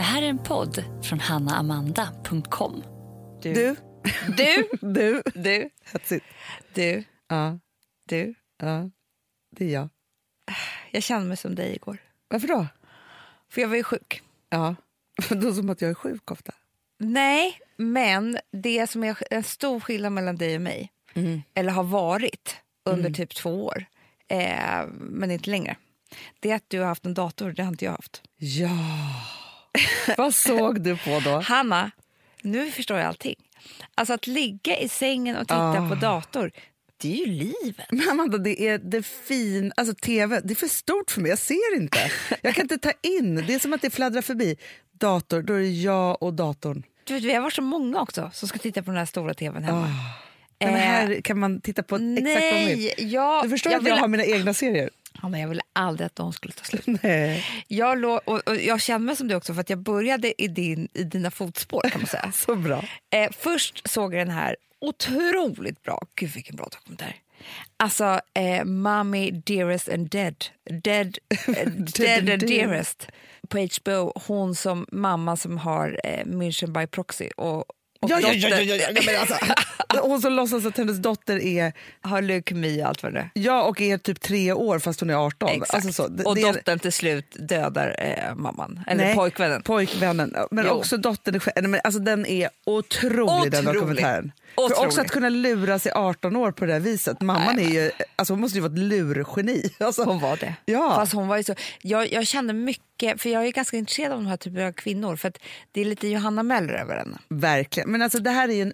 Det här är en podd från hannaamanda.com. Du. That's it. Du. Ja. Du. Ja. Det är jag. Jag kände mig som dig igår. Varför då? För jag var ju sjuk. Ja. Då som att jag är sjuk ofta. Nej, men det som är en stor skillnad mellan dig och mig, eller har varit under typ 2 år, men inte längre, det är att du har haft en dator, det har inte jag haft. Ja. Vad såg du på då? Hanna, nu förstår jag allting. Alltså att ligga i sängen och titta på dator, det är ju livet. Men Amanda, det är det fin, alltså tv, det är för stort för mig, jag ser inte. Jag kan inte ta in, det är som att det fladdrar förbi. Dator, då är det jag och datorn. Du vet, vi har varit så många också som ska titta på den här stora tvn hemma. Men här kan man titta på exakt vad man vill. Du förstår att jag har mina egna serier. Ja, men jag ville aldrig att de skulle ta slut. Nej. Jag känner mig som du också, för att jag började i dina fotspår, kan man säga. Så bra. Först såg jag den här otroligt bra. Gud, vilken bra dokumentär. Alltså, Mommy, Dearest and Dead and Dearest på HBO. Hon som mamma som har München by proxy och Ja. Men alltså, hon som låtsas att hennes dotter har leukemi och allt vad det är. Ja, och är typ 3 år fast hon är 18. Exakt. Alltså så, och dottern till slut dödar mamman. Eller pojkvännen. Men också dottern själv. Alltså, den är otrolig. Den dokumentären. För också att kunna lura sig 18 år på det här viset. Mamman är ju, alltså hon måste ju vara ett lurgeni. Alltså, hon var det. Ja. Fast hon var ju så, jag kände mycket, för jag är ganska intresserad av de här typen av kvinnor, för att det är lite Johanna Möller över henne. Verkligen, men alltså det här är ju en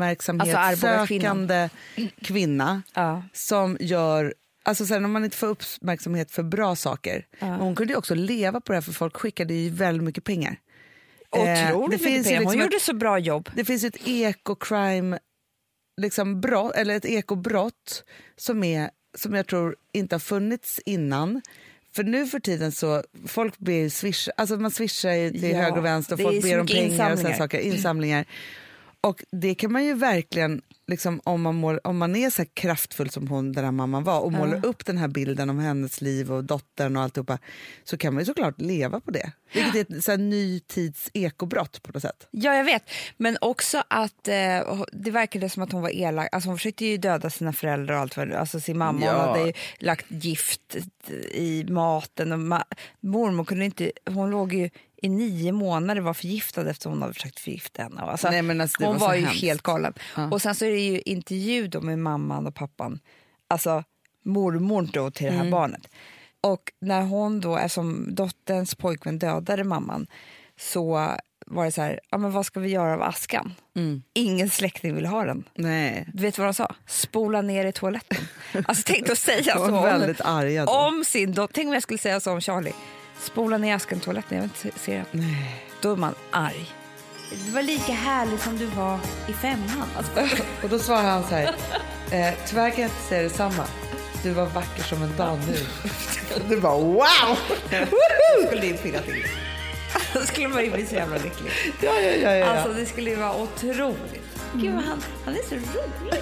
uppmärksamhetssökande kvinna som gör, alltså sen om man inte får uppmärksamhet för bra saker. Men hon kunde ju också leva på det här, för folk skickade ju väldigt mycket pengar. Otroligt mycket pengar. Hon gjorde så bra jobb. Det finns ett eco-crime liksom brott, eller ett ekobrott som jag tror inte har funnits innan. För nu för tiden så folk ber swisha, alltså man swishar ju till höger och vänster och folk ber om pengar och sådana saker, insamlingar. Och det kan man ju verkligen, liksom, om man är så här kraftfull som hon, den här mamman var, och målar upp den här bilden om hennes liv och dottern och alltihopa, så kan man ju såklart leva på det. Vilket är ett så här ny tids ekobrott på något sätt. Ja, jag vet. Men också att det verkade som att hon var elak. Alltså hon försökte ju döda sina föräldrar och allt vad, alltså sin mamma. Hon hade ju lagt gift i maten och mormor kunde inte, hon låg ju i 9 månader, var förgiftad efter hon hade försökt förgifta henne. Alltså, hon var ju helt galen. Och sen så är det ju intervju då med mamman och pappan. Alltså mormor då till det här barnet. Och när hon då, eftersom dotterns pojkvän dödade mamman, så var det så här, ja men vad ska vi göra av askan? Ingen släkting vill ha den. Nej. Du vet vad de sa? Spola ner i toaletten. Alltså tänk att säga så väldigt arga om sin dotter. Tänk om jag skulle säga så om Charlie. Spola ner askan i toaletten, jag vill inte se det. Nej. Då är man arg. Det var lika härligt som du var i 5:an. Alltså. Och då svarade han så här, tyvärr kan jag inte säga detsamma. Du var vacker som en dag nu. Du bara wow! Skulle din pilla till. Då skulle man ju bli så jävla lycklig. Ja. Alltså det skulle ju vara otroligt. Gud, han är så rolig.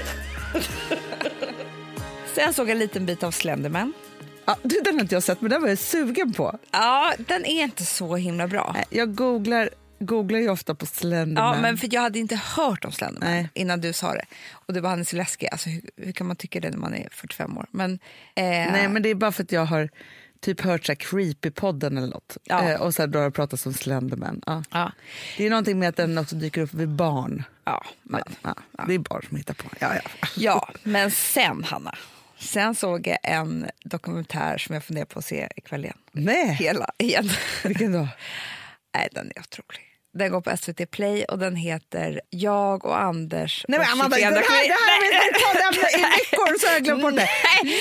Sen såg jag en liten bit av Slenderman. Ja, den har inte jag sett, men den var jag sugen på. Ja, den är inte så himla bra. Jag googlar ju ofta på Slenderman. Ja, men för jag hade inte hört om Slenderman innan du sa det. Och det var, han är så läskig. Alltså, hur kan man tycka det när man är 45 år? Men, nej, men det är bara för att jag har typ hört så här Creepy-podden eller något. Och sen då har jag pratat om Slenderman. Ja. Det är någonting med att den också dyker upp vid barn. Ja. Det är barn som hittar på. Ja, men sen Hanna. Sen såg jag en dokumentär som jag funderar på att se ikväll igen. Nej. Hela igen. Vilken då? Nej, den är otrolig. Den går på SVT Play och den heter Jag och Anders. Nej, men Amanda, det här i veckor så har jag glömt bort det.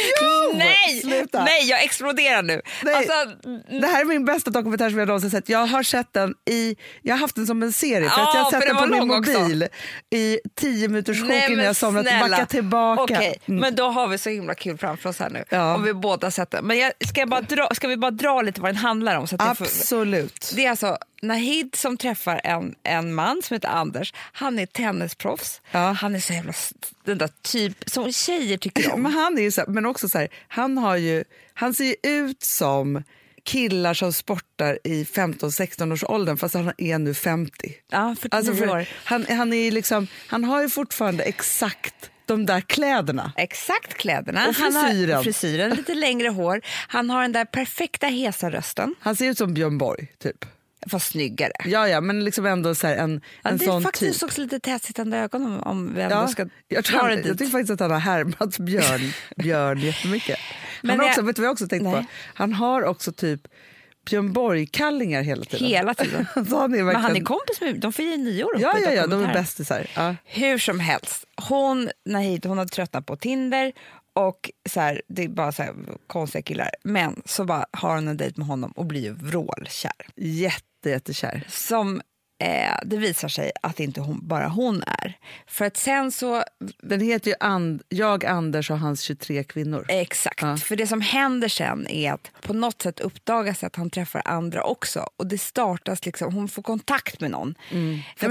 Nej, jag exploderar nu. Alltså, det här är min bästa dokumentär som jag någonsin sett. Jag har sett den jag har haft den som en serie för att jag har sett den på min mobil i 10 minuters sjok innan jag somnat. Backa tillbaka. Okej, men då har vi så himla kul framför oss här nu. Om vi båda sett den. Men ska vi bara dra lite vad den handlar om? Så att absolut. Det är alltså Nahid som träffar en man som heter Anders. Han är tennisproffs. Han är så jävla den där typ som tjejer tycker om. Men han är ju så, men också så här, han ser ju ut som killar som sportar i 15-16 års åldern fast han är nu 50. Ja, 49 år. Han är liksom, han har ju fortfarande exakt de där kläderna. Exakt kläderna. Och frisyren. Han har frisyren, lite längre hår. Han har den där perfekta hesa rösten. Han ser ut som Björn Borg, typ. Fast snyggare. Ja, men liksom ändå så här en sån typ. Det är faktiskt också lite tätsittande ögon om vi ändå ska jag tycker faktiskt att han har härmat Björn jättemycket. Men han har också, vet du vad jag också tänkt på? Han har också typ Björn Borg-kallingar hela tiden. Hela tiden. Så han är verkligen... Men han är kompis med, de firar 9 år. Ja, de är bästisar. Ja. Hur som helst, hon har tröttnat på Tinder och så här, det är bara så här konstiga killar. Men så bara har hon en dejt med honom och blir ju vrålkär. Jättekär. Som det visar sig att inte bara hon är. För att sen så... Den heter ju Jag, Anders och hans 23 kvinnor. Exakt, för det som händer sen är att på något sätt uppdagas att han träffar andra också. Och det startas liksom, hon får kontakt med någon. För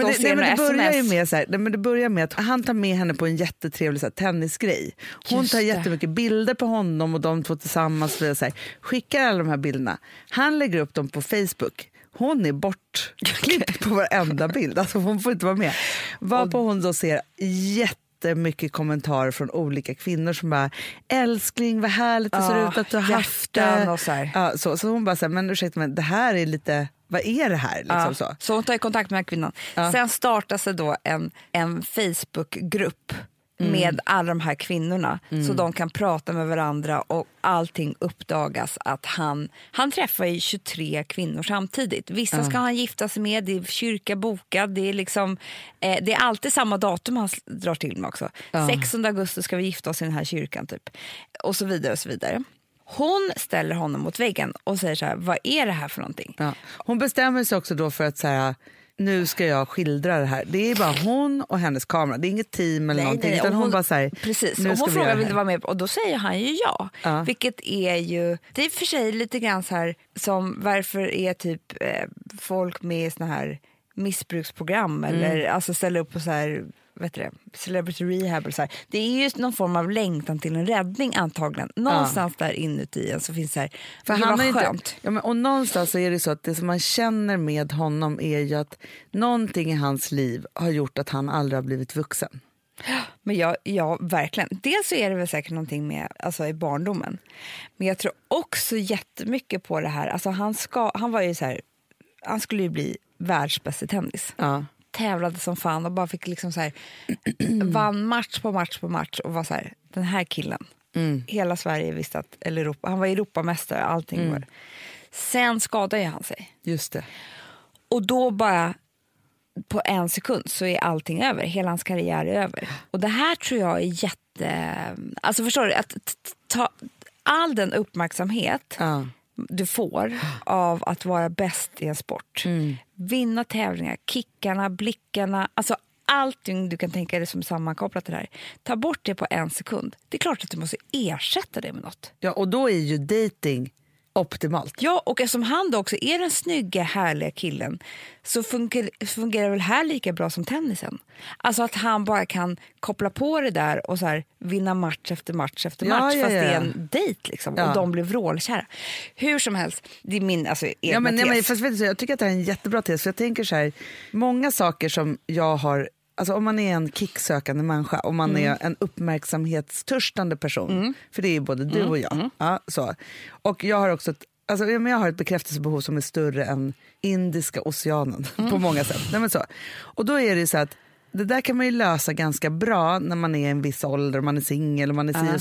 det börjar med att han tar med henne på en jättetrevlig så här, tennisgrej. Hon tar jättemycket bilder på honom och de två tillsammans så här, skickar alla de här bilderna. Han lägger upp dem på Facebook. Hon är bortklippt på varenda bild. Alltså hon får inte vara med. Varpå hon då ser jättemycket kommentarer från olika kvinnor som bara, älskling vad härligt det ser ut att du har haft det. Så hon bara säger, men ursäkta, men det här är lite, vad är det här? Liksom så hon tar i kontakt med den här kvinnan. Sen startas det då en Facebookgrupp med alla de här kvinnorna så de kan prata med varandra och allting uppdagas att han träffar ju 23 kvinnor samtidigt. Vissa ska han gifta sig med, det är kyrka bokad, det är liksom det är alltid samma datum han drar till med också. 16 augusti ska vi gifta oss i den här kyrkan typ. Och så vidare och så vidare. Hon ställer honom mot väggen och säger så här, vad är det här för någonting? Ja. Hon bestämmer sig också då för att så här, nu ska jag skildra det här. Det är bara hon och hennes kamera. Det är inget team eller någonting. Utan hon bara säger, precis. Och hon frågar vill du vara med? Och då säger han ju ja. Vilket är ju, det är för sig lite grann så här som varför är typ folk med i såna här missbruksprogram eller alltså ställer upp på så här, vet du det, celebrity rehab eller så här. Det är ju någon form av längtan till en räddning antagligen. Någonstans där inuti en så finns det här, för han var skönt. Och någonstans så är det så att det som man känner med honom är ju att någonting i hans liv har gjort att han aldrig har blivit vuxen. Men ja, verkligen. Dels så är det väl säkert någonting med alltså i barndomen. Men jag tror också jättemycket på det här. Alltså han var ju så här, han skulle ju bli världsbäst i tennis. Ja. Tävlade som fan och bara fick liksom så här vann match på match och var så här, den här killen. Hela Sverige visste att, eller Europa, han var Europamästare, allting var. Sen skadade ju han sig. Just det. Och då bara på en sekund så är allting över. Hela hans karriär är över. Och det här tror jag är alltså förstår du, att ta all den uppmärksamhet du får av att vara bäst i en sport. Vinna tävlingar, kickarna, blickarna, alltså allting du kan tänka dig som sammankopplat till det här. Ta bort det på en sekund. Det är klart att du måste ersätta det med något. Ja, och då är ju dating optimalt. Ja, och eftersom han då också är den snygga, härliga killen så fungerar väl här lika bra som tennisen. Alltså att han bara kan koppla på det där och så här vinna match efter match efter match fast det är en dejt liksom och de blir vrålkära. Hur som helst, det är min alltså egna tes. Men fast vet du, jag tycker att det är en jättebra tes för jag tänker så här, många saker som jag har. Alltså om man är en kicksökande människa, om man är en uppmärksamhetstörstande person, för det är både du och jag. Ja, så. Och jag har också jag har ett bekräftelsebehov som är större än Indiska oceanen på många sätt. Nej, men så. Och då är det så att det där kan man ju lösa ganska bra när man är i en viss ålder, man är singel och man är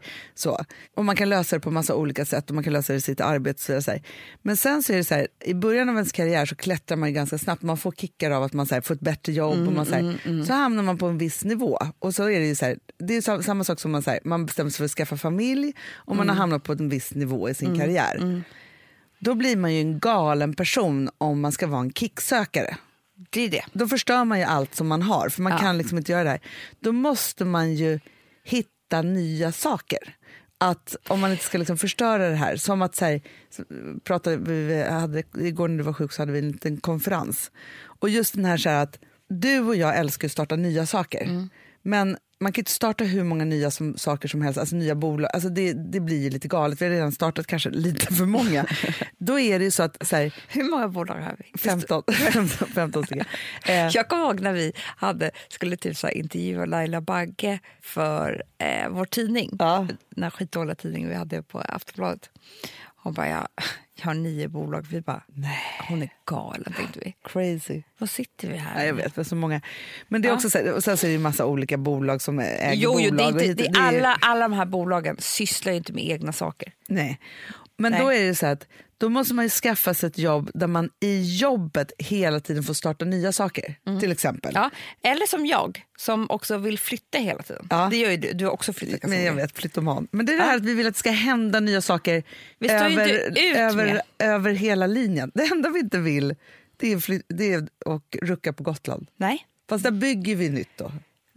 så. Och man kan lösa det på massa olika sätt och man kan lösa det i sitt arbete. Så här. Men sen så är det så här, i början av ens karriär så klättrar man ju ganska snabbt. Man får kickar av att man så här, får ett bättre jobb och man, så hamnar man på en viss nivå. Och så är det ju så här, det är samma sak som man bestämmer sig för att skaffa familj och man har hamnat på en viss nivå i sin karriär. Då blir man ju en galen person om man ska vara en kicksökare. Det är det. Då förstör man ju allt som man har, för man kan liksom inte göra det här. Då måste man ju hitta nya saker. Att om man inte ska liksom förstöra det här, som att igår när du var sjuk så hade vi en liten konferens. Och just den här så här att du och jag älskar att starta nya saker. Men man kan inte starta hur många nya saker som helst, alltså nya bolag, alltså det blir ju lite galet, vi har redan startat kanske lite för många. Då är det ju så att så här, hur många bolag har vi? 15 stycken. Jag kommer ihåg när vi skulle typ så här intervjua Laila Bagge för vår tidning, den här skitdåliga tidningen vi hade på Aftonbladet. Hon bara, jag har 9 bolag. Vi bara, nej, hon är galen, tänkte vi. Crazy. Vad sitter vi här? Ja, jag vet, det är så många. Men det är också så här, och sen så är det en massa olika bolag som äger bolag. Alla de här bolagen sysslar ju inte med egna saker. Nej, men då är det så att då måste man ju skaffa sig ett jobb där man i jobbet hela tiden får starta nya saker, till exempel. Ja, eller som jag, som också vill flytta hela tiden. Ja. Det gör ju du har också flyttat. Men jag vet, flyttoman. Men det är det här att vi vill att det ska hända nya saker över hela linjen. Det enda vi inte vill, det är att rucka på Gotland. Nej. Fast där bygger vi nytt då.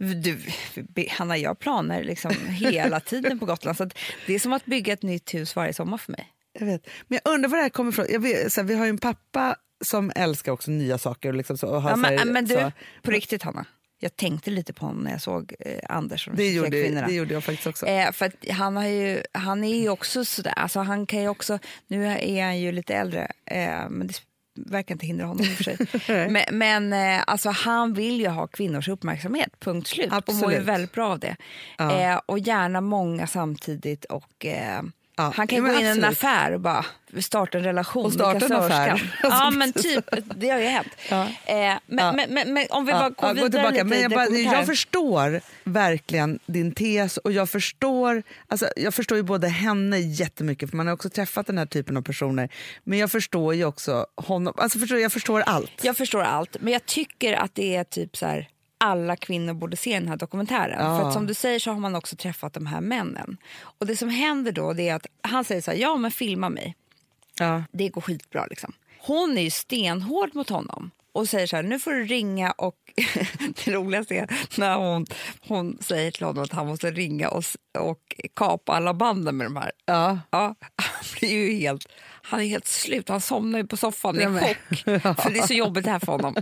Hanna, jag har planer liksom hela tiden på Gotland. Så att det är som att bygga ett nytt hus varje sommar för mig. Jag vet. Men jag undrar var det här kommer ifrån. Vi har ju en pappa som älskar också nya saker. Och liksom så, och har men du, på riktigt Hanna. Jag tänkte lite på honom när jag såg Anders och det gjorde jag faktiskt också. För att han är ju också sådär. Alltså han kan ju också, nu är han ju lite äldre, men det verkar inte hindra honom för sig. men alltså han vill ju ha kvinnors uppmärksamhet, punkt slut. Absolut. Och mår ju väldigt bra av det. Och gärna många samtidigt och... han kan gå in i en affär och bara starta en relation och starta en affär. Ja, men typ, det har ju hänt. Men om vi bara går vidare lite. Men jag förstår verkligen din tes och jag förstår ju både henne jättemycket, för man har också träffat den här typen av personer, men jag förstår ju också honom. Alltså jag förstår allt. Jag förstår allt, men jag tycker att det är typ så här, alla kvinnor borde se den här dokumentären. För att som du säger så har man också träffat de här männen. Och det som händer då, det är att han säger så här, ja men filma mig. Det går skitbra liksom. Hon är ju stenhård mot honom. Och säger så här, nu får du ringa och det roligaste är när hon säger till honom att han måste ringa och kapa alla banden med de här. Han blir ju han är helt slut. Han somnar ju på soffan i chock. För det är så jobbigt det här för honom.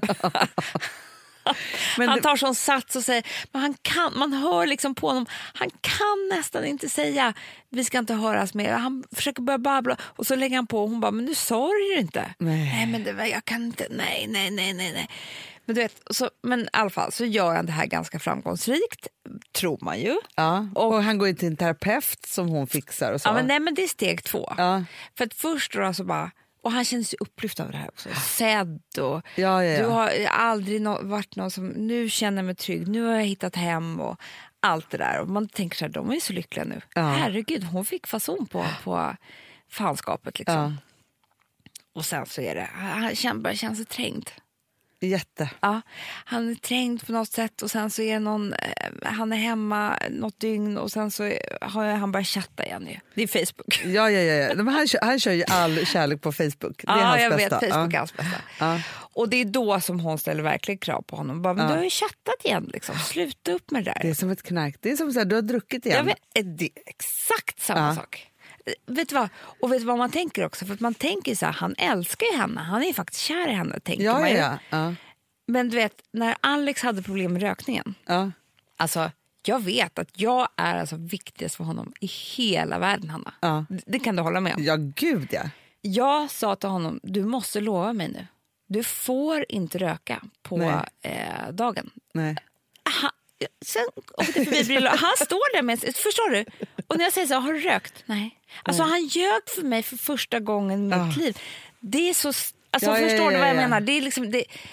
Men han tar sån sats och säger, men man hör liksom på honom, han kan nästan inte säga vi ska inte höras mer, han försöker börja babbla och så lägger han på och hon bara, men nu sa du ju inte. Nej men jag kan inte, nej. Men du vet, men i alla fall så gör han det här ganska framgångsrikt, tror man ju. Och han går ju till en terapeut som hon fixar och så. Men det är steg 2. För att först då så bara, och han känner sig upplyft av det här också. Sedd och du har aldrig varit någon som, nu känner mig trygg, nu har jag hittat hem och allt det där. Och man tänker så här, de är så lyckliga nu. Herregud, hon fick fason på fanskapet liksom. Och sen så är det, han börjar känna sig trängd. Jätte. Ja, han är trängd på något sätt och sen så är han är hemma något dygn och sen så har han börjat chatta igen nu. Det är Facebook. Ja. Men han kör ju all kärlek på Facebook. Det är hans jag bästa. vet, Facebook är hans bästa. Och det är då som hon ställer verkligen krav på honom. Bara, men du har ju chattat igen liksom. Sluta upp med det där. Det är som ett knark. Det är som att du har druckit igen. Det är exakt samma sak. Vet du vad? Och vet du vad man tänker också? För att man tänker så här, han älskar ju henne. Han är ju faktiskt kär i henne, tänker man ju. Men du vet, när Alex hade problem med rökningen. Alltså, jag vet att jag är alltså viktigast för honom i hela världen, Hanna. Det kan du hålla med om. Ja, gud ja. Jag sa till honom, du måste lova mig nu. Du får inte röka på dagen. Nej. Sen åkte förbi han står där med, förstår du? Och när jag säger så, har du rökt? Nej. Alltså han ljög för mig för första gången i mitt liv. Det är så, alltså förstår du vad jag menar? Det är liksom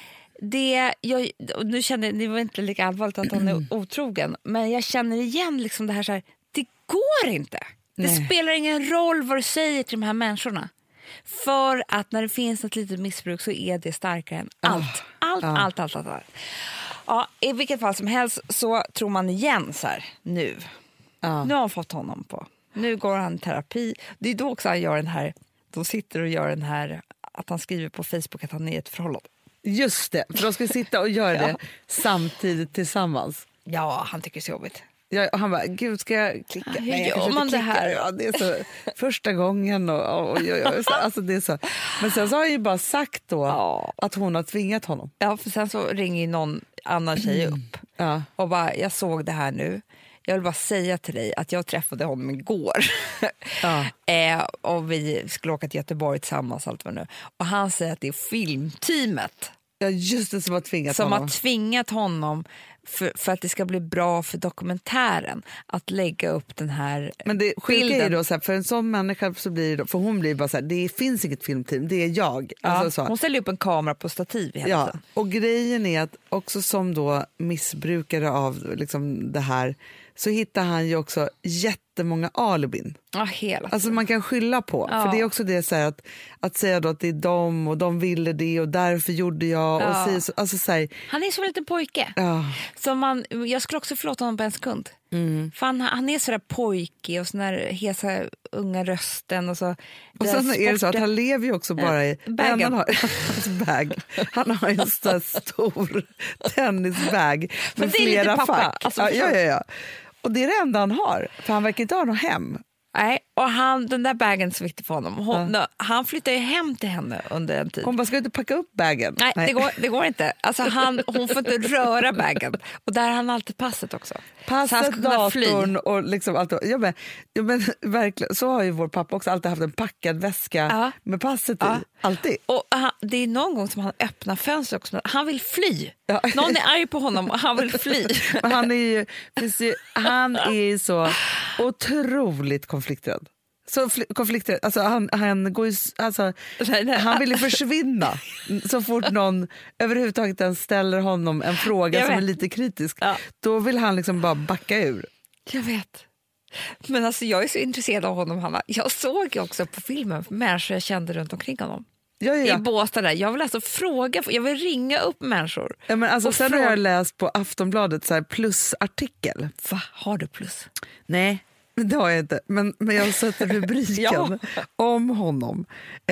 nu känner det var inte lika allvarligt att han är otrogen, men jag känner igen liksom det här så här, det går inte. Det spelar ingen roll vad du säger till de här människorna. För att när det finns ett litet missbruk så är det starkare än allt. Allt. Ja, i vilket fall som helst så tror man igen så här, nu har han fått honom på. Nu går han i terapi. Det är då också han gör den här, de sitter och gör den här, att han skriver på Facebook att han är i ett förhållande. Just det, för de ska sitta och göra det samtidigt tillsammans. Ja, han tycker det är så jobbigt. Ja, och han bara, gud ska jag klicka? Hur gör man det här? Ja, det är så första gången alltså det är så. Men sen så har jag ju bara sagt då att hon har tvingat honom. Ja, för sen så ringer ju någon annan tjej upp. Ja. och bara, jag såg det här nu. Jag vill bara säga till dig att jag träffade honom igår. Ja. Och vi skulle åka till Göteborg tillsammans. Allt vad nu. Och han säger att det är filmteamet Ja, just det, som har tvingat som honom. har tvingat honom för att det ska bli bra för dokumentären att lägga upp den här Men det sjuka är bilden. då så här, för en sån människa så blir det, för hon blir bara så här, det finns inget filmteam, det är jag. Ja, Alltså, så. hon ställer upp en kamera på stativ hela Ja, tiden. och grejen är att också som då missbrukare av liksom det här så hittar han ju också jättemånga alibin. Ja, hela tiden. Alltså man kan skylla på, Ja. för det är också det så här att säga då att det är dem och de ville det och därför gjorde jag Ja. och så, alltså så här, Han är som en liten pojke. ja. Så jag skulle också förlåta honom på en sekund. För han är sådär pojkig och sån där hesa unga rösten. Och sen är det så att han lever ju också bara i Bagen. Han har, hans bag. Han har en sån här stor tennisbag Men med det är lite flera pappa, fack. alltså, ja. Och det är det enda han har, för han verkar inte ha något hem. Nej, och den där bagen är så viktig för honom. Han flyttar ju hem till henne under en tid. Hon bara, ska inte packa upp bagen? Nej. Det går inte. Alltså hon får inte röra bagen. Och där har han alltid passet också. Så han Passet, ska kunna fly. datorn och liksom allt. Ja, men verkligen, så har ju vår pappa också alltid haft en packad väska med passet i. Alltid. Och det är någon gång som han öppnar fönster också. Han vill fly. Ja. Någon är arg på honom och han vill fly. Men han är ju så otroligt konflikträdd. Så konflikträdd, alltså han går ju, alltså, han vill ju försvinna så fort någon överhuvudtaget ens ställer honom en fråga som är lite kritisk. Ja. Då vill han liksom bara backa ur. Jag vet. Men alltså jag är så intresserad av honom, Hanna. Jag såg ju också på filmen människor jag kände runt omkring honom. Ja. I Båstad där. Jag vill alltså fråga, jag vill ringa upp människor. Ja, men alltså, sen har jag läst på Aftonbladet så här plusartikel. Va, har du plus? Nej, det har jag inte. Men jag har sett rubriken om honom.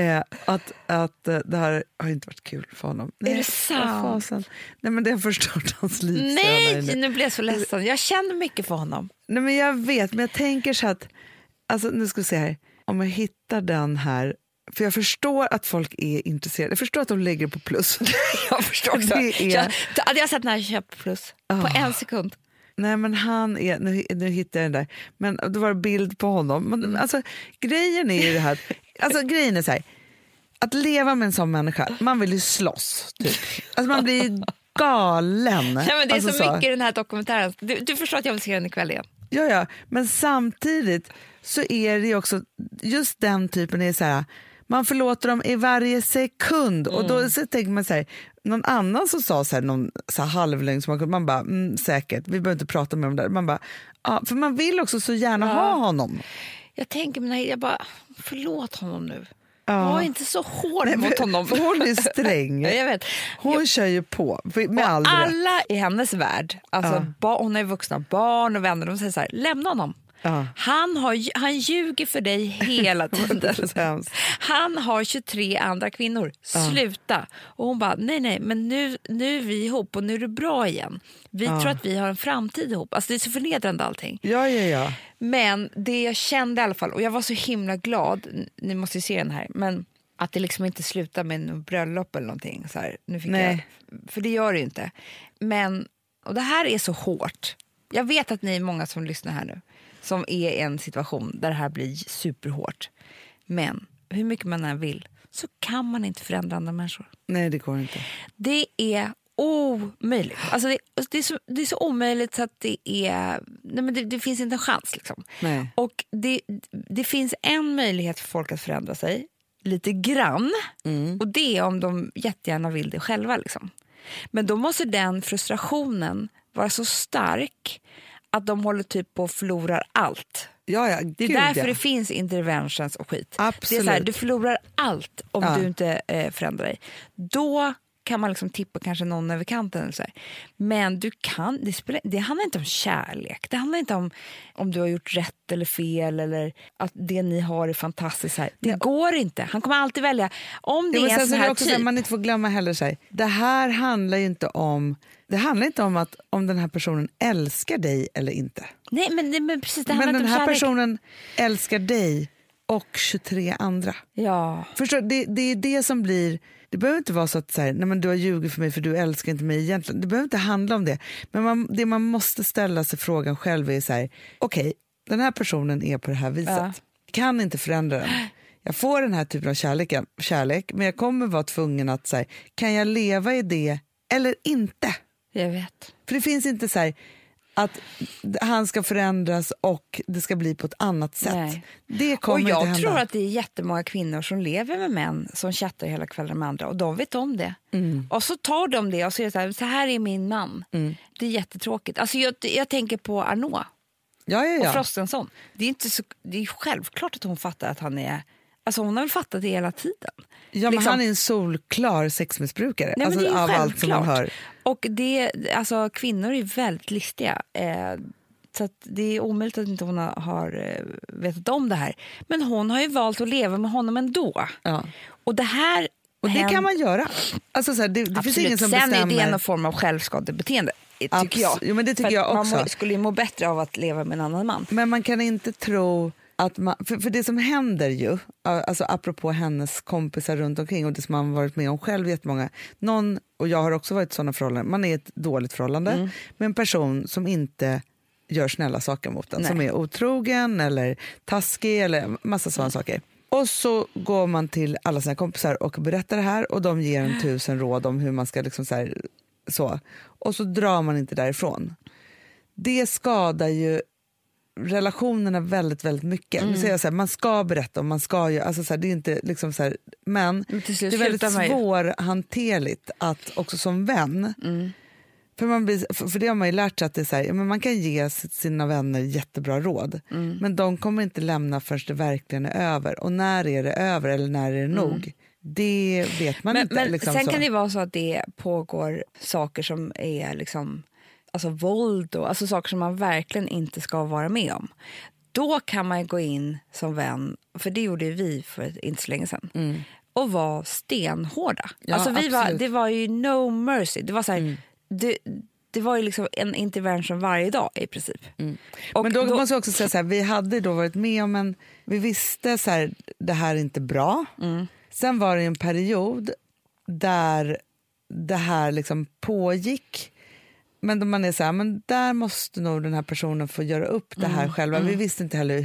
Att det här har inte varit kul för honom. Är det sant? Nej, men det har förstört hans liv. Nej, nu blir jag så ledsen. Jag känner mycket för honom. Nej, men jag vet, men jag tänker så att, alltså, nu ska vi se här, om jag hittar den här, för jag förstår att folk är intresserade, jag förstår att de lägger på plus. Jag förstår också. Hade jag sett när jag köpt plus på en sekund. Nej, men han är, nu hittar jag den där, men då var det bild på honom. Men, alltså, grejen är ju det här, alltså grejen är så här, att leva med en sån människa, man vill ju slåss typ. Alltså man blir ju galen. Nej, men det är alltså, så mycket i den här dokumentären. Du förstår att jag vill se den ikväll igen. Ja, men samtidigt så är det ju också just den typen är så här, man förlåter dem i varje sekund och då så tänker man så här, någon annan som sa så här, någon så här halvlögn som man bara säkert, vi behöver inte prata med dem där, man bara ja, för man vill också så gärna ha honom. Jag tänker, men jag bara förlåt honom nu. Ja. Var inte så hård mot honom. För hon är sträng. Jag vet. Hon kör ju på med all rätt. Alla i hennes värld, alltså hon är vuxna, barn och vänner, de säger så här, lämna honom. Han ljuger för dig hela tiden. Han har 23 andra kvinnor. Sluta. Och hon bara, nej, men nu är vi ihop och nu är det bra igen. Vi tror att vi har en framtid ihop. Alltså det är så förnedrande allting. Ja. Men det jag kände i alla fall, och jag var så himla glad, ni måste ju se den här, men att det liksom inte slutar med en bröllop eller någonting. Så här, nu fick för det gör det ju inte. Men, och det här är så hårt. Jag vet att ni är många som lyssnar här nu, som är i en situation där det här blir superhårt. Men hur mycket man än vill så kan man inte förändra andra människor. Nej, det går inte. Det är omöjligt. Alltså det är så omöjligt så att det är... Nej, men det finns inte en chans. Liksom. Nej. Och det finns en möjlighet för folk att förändra sig lite grann. Och det är om de jättegärna vill det själva. Liksom. Men då måste den frustrationen vara så stark att de håller typ på och förlorar allt. Ja, det är därför det finns interventions och skit. Absolut. Det är så här, du förlorar allt om du inte förändrar dig. Då kan man liksom tippa kanske någon över kanten eller så här. Men du kan, det handlar inte om kärlek. Det handlar inte om du har gjort rätt eller fel eller att det ni har är fantastiskt här. Det går inte. Han kommer alltid välja om det är så här typ. Man inte får glömma heller sig. Det här handlar ju inte om att om den här personen älskar dig eller inte. Nej, men precis, det handlar men inte den om här kärlek. personen älskar dig och 23 andra. Ja. Förstår, det är det som blir... Det behöver inte vara så att så här, nej men du har ljugit för mig för du älskar inte mig egentligen. Det behöver inte handla om det. Men det man måste ställa sig frågan själv är så här, okej, den här personen är på det här viset. Ja. Kan inte förändra den. Jag får den här typen av kärlek, men jag kommer vara tvungen att säga, kan jag leva i det eller inte? Jag vet. För det finns inte så här att han ska förändras och det ska bli på ett annat sätt. Nej. Det kommer och inte jag hända. tror att det är jättemånga kvinnor som lever med män som chattar hela kvällen med andra och de vet om det. Och så tar de det och säger så här är min man. Det är jättetråkigt. Alltså jag tänker på Arnaud. Ja. Och Frostenson. Det är självklart att hon fattar att han är... Alltså hon har väl fattat det hela tiden. Ja, men han är en solklar sexmissbrukare. Nej, alltså, men det är av allt som man hör. Och alltså, kvinnor är väldigt listiga. Så att det är omöjligt att inte hon har vetat om det här. Men hon har ju valt att leva med honom ändå. Ja. Och det här... Och det kan man göra. Alltså, så här, det finns ingen som bestämmer. Sen är det en form av självskadebeteende. Tycker jag. Jo, men det tycker jag också. Man skulle ju må bättre av att leva med en annan man. Men man kan inte tro att man... För det som händer ju, alltså apropå hennes kompisar runt omkring och det som man har varit med om själv jättemånga. Och jag har också varit i sådana förhållanden. Man är i ett dåligt förhållande med en person som inte gör snälla saker mot en. Nej. Som är otrogen eller taskig eller massa sådana saker. Och så går man till alla sina kompisar och berättar det här och de ger en 1000 råd om hur man ska liksom så. Och så drar man inte därifrån. Det skadar ju relationerna väldigt, väldigt mycket. Nu säger jag så här, man ska berätta och man ska ju, alltså så här, det är inte liksom så här, men det är väldigt svårhanterligt att också som vän för det har man ju lärt sig att det är så här, men man kan ge sina vänner jättebra råd men de kommer inte lämna förrän det verkligen är över. Och när är det över eller när är det nog? Det vet man inte. Men liksom sen så. Kan det vara så att det pågår saker som är liksom, alltså våld och alltså saker som man verkligen inte ska vara med om. Då kan man gå in som vän, för det gjorde vi för inte så länge sedan, och vara stenhårda. Ja, alltså det var ju no mercy. Det var så här, det var ju liksom en intervention varje dag i princip. Och men då måste jag också säga så här, vi hade då varit med om vi visste så här, det här är inte bra. Sen var det en period där det här liksom pågick. Men då man är så här, men där måste nog den här personen få göra upp det här själva. Vi visste inte heller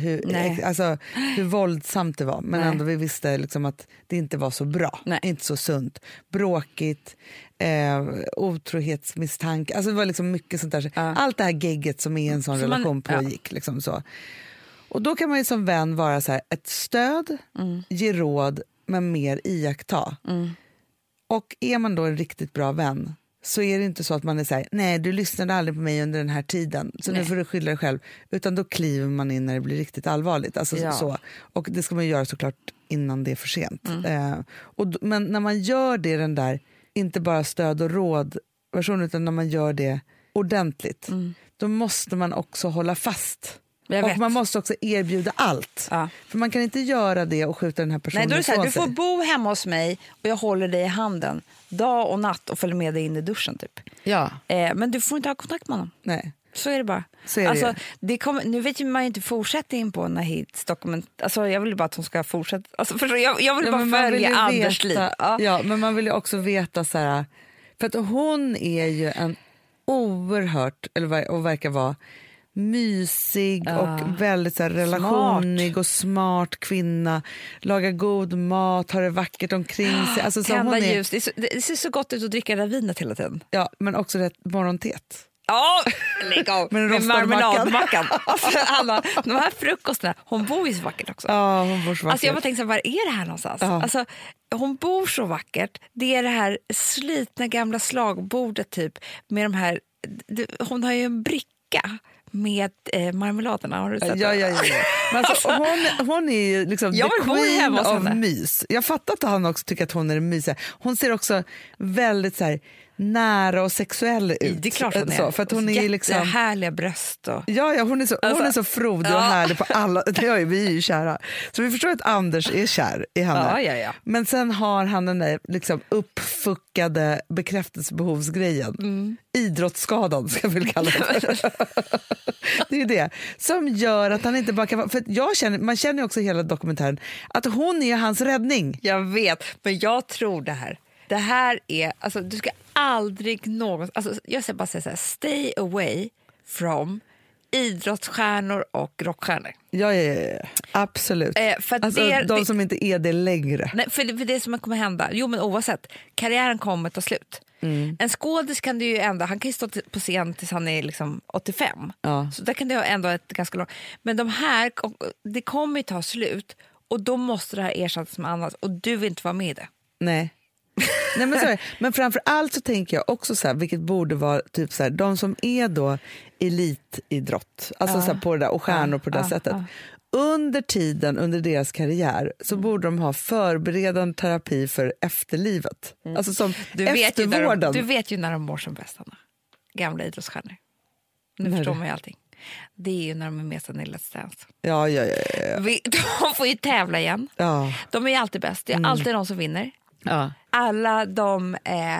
hur våldsamt det var. Men ändå vi visste liksom att det inte var så bra. Nej. Inte så sunt. Bråkigt, otrohetsmisstanke. Alltså det var liksom mycket sånt där. Allt det här gegget som är en sån relation pågick. Liksom så. Och då kan man ju som vän vara så här, ett stöd, ge råd, men mer iaktta. Och är man då en riktigt bra vän så är det inte så att man är så här, nej du lyssnade aldrig på mig under den här tiden så nu får du skylla dig själv, utan då kliver man in när det blir riktigt allvarligt. Alltså, så. Och det ska man göra såklart innan det är för sent. Men när man gör det, den där inte bara stöd och råd version, utan när man gör det ordentligt, då måste man också hålla fast. Och man måste också erbjuda allt. För man kan inte göra det och skjuta den här personen. Nej, då är det så här, du får bo hemma hos mig och jag håller dig i handen dag och natt och följer med dig in i duschen typ. Ja. Men du får inte ha kontakt med honom. Nej. Så är det bara. Alltså, nu vet ju man ju inte fortsättningen på Nahids dokument. Alltså, jag vill bara att hon ska fortsätta. Alltså, jag vill bara följa Anders liv. Ja, men man vill ju också veta så här, för att hon är ju en oerhört, och verkar vara mysig och väldigt så här, relationig och smart kvinna, lagar god mat, har det vackert omkring sig. Alltså, så hon ljus. Det ser så gott ut att dricka det här vinet hela tiden. Ja, men också rätt morgontet. Ja, lägg av med marmeladmackan. Alltså, Anna, de här frukostarna, hon bor ju så vackert också. Ja, hon bor så vackert. Alltså jag bara tänkte, var är det här någonstans? Ja. Alltså, hon bor så vackert. Det är det här slitna gamla slagbordet typ med de här, hon har ju en bricka med marmeladerna, har du sett? Ja. Men alltså, hon är ju liksom the queen of mys. Jag fattar att han också tycker att hon är mysig. Hon ser också väldigt så här nära och sexuell ut. Det är klart hon är. Så, för att hon är liksom härliga bröst. Och... Ja, hon är så frodig och härlig på alla. Vi är ju kära. Så vi förstår att Anders är kär i henne. Ja. Men sen har han den där liksom uppfuckade bekräftelsebehovsgrejen. Idrottsskadan ska vi kalla det. Det är det som gör att han inte bara kan vara... För man känner också i hela dokumentären att hon är hans räddning. Jag vet, men jag tror det här. Det här är, alltså du ska aldrig någon, alltså jag ska bara säga så här, stay away from idrottsstjärnor och rockstjärnor. Ja, absolut. För att alltså, de som inte är det längre. Nej, för det som kommer hända, men oavsett, karriären kommer ta slut. En skådis kan det ju ändå, han kan ju stå på scen tills han är liksom 85. Ja. Så där kan det ändå ett ganska långt. Men de här, det kommer ju ta slut och då måste det här ersättas med annat och du vill inte vara med i det. Nej, men, så men framför allt så tänker jag också så här, vilket borde vara typ så här, de som är då elitidrott, alltså så här, på det där, och stjärnor på det där sättet. Under tiden, under deras karriär, så borde de ha förberedande terapi för efterlivet. Alltså som eftervården. Du vet ju när de mår som bäst, Anna. Gamla idrottsstjärnor. Nu förstår man ju allting. Det är ju när de är med sig i Let's Dance. Ja. De får ju tävla igen. Ja. De är ju alltid bäst. Det är alltid de som vinner. Ja. Alla de...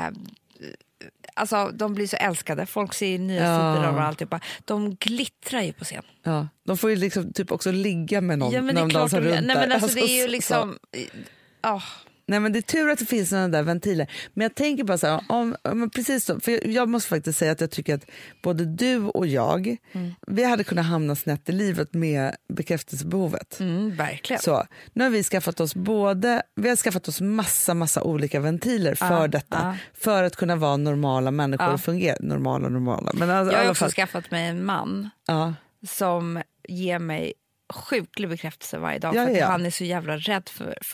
Alltså, de blir så älskade. Folk ser nya sidor av alltihopa. De glittrar ju på scen. Ja. De får ju liksom typ också ligga med någon när de dansar runt. Nej, men alltså, det är ju liksom... Nej, men det är tur att det finns sådana där ventiler. Men jag tänker bara så här, precis så, för jag måste faktiskt säga att jag tycker att både du och jag, vi hade kunnat hamna snett i livet med bekräftelsebehovet. Verkligen. Så, nu har vi skaffat oss massa olika ventiler för detta. För att kunna vara normala människor och fungera. Normala. Men alltså, jag har också skaffat mig en man som ger mig sjuklig bekräftelse varje dag för att han är så jävla rädd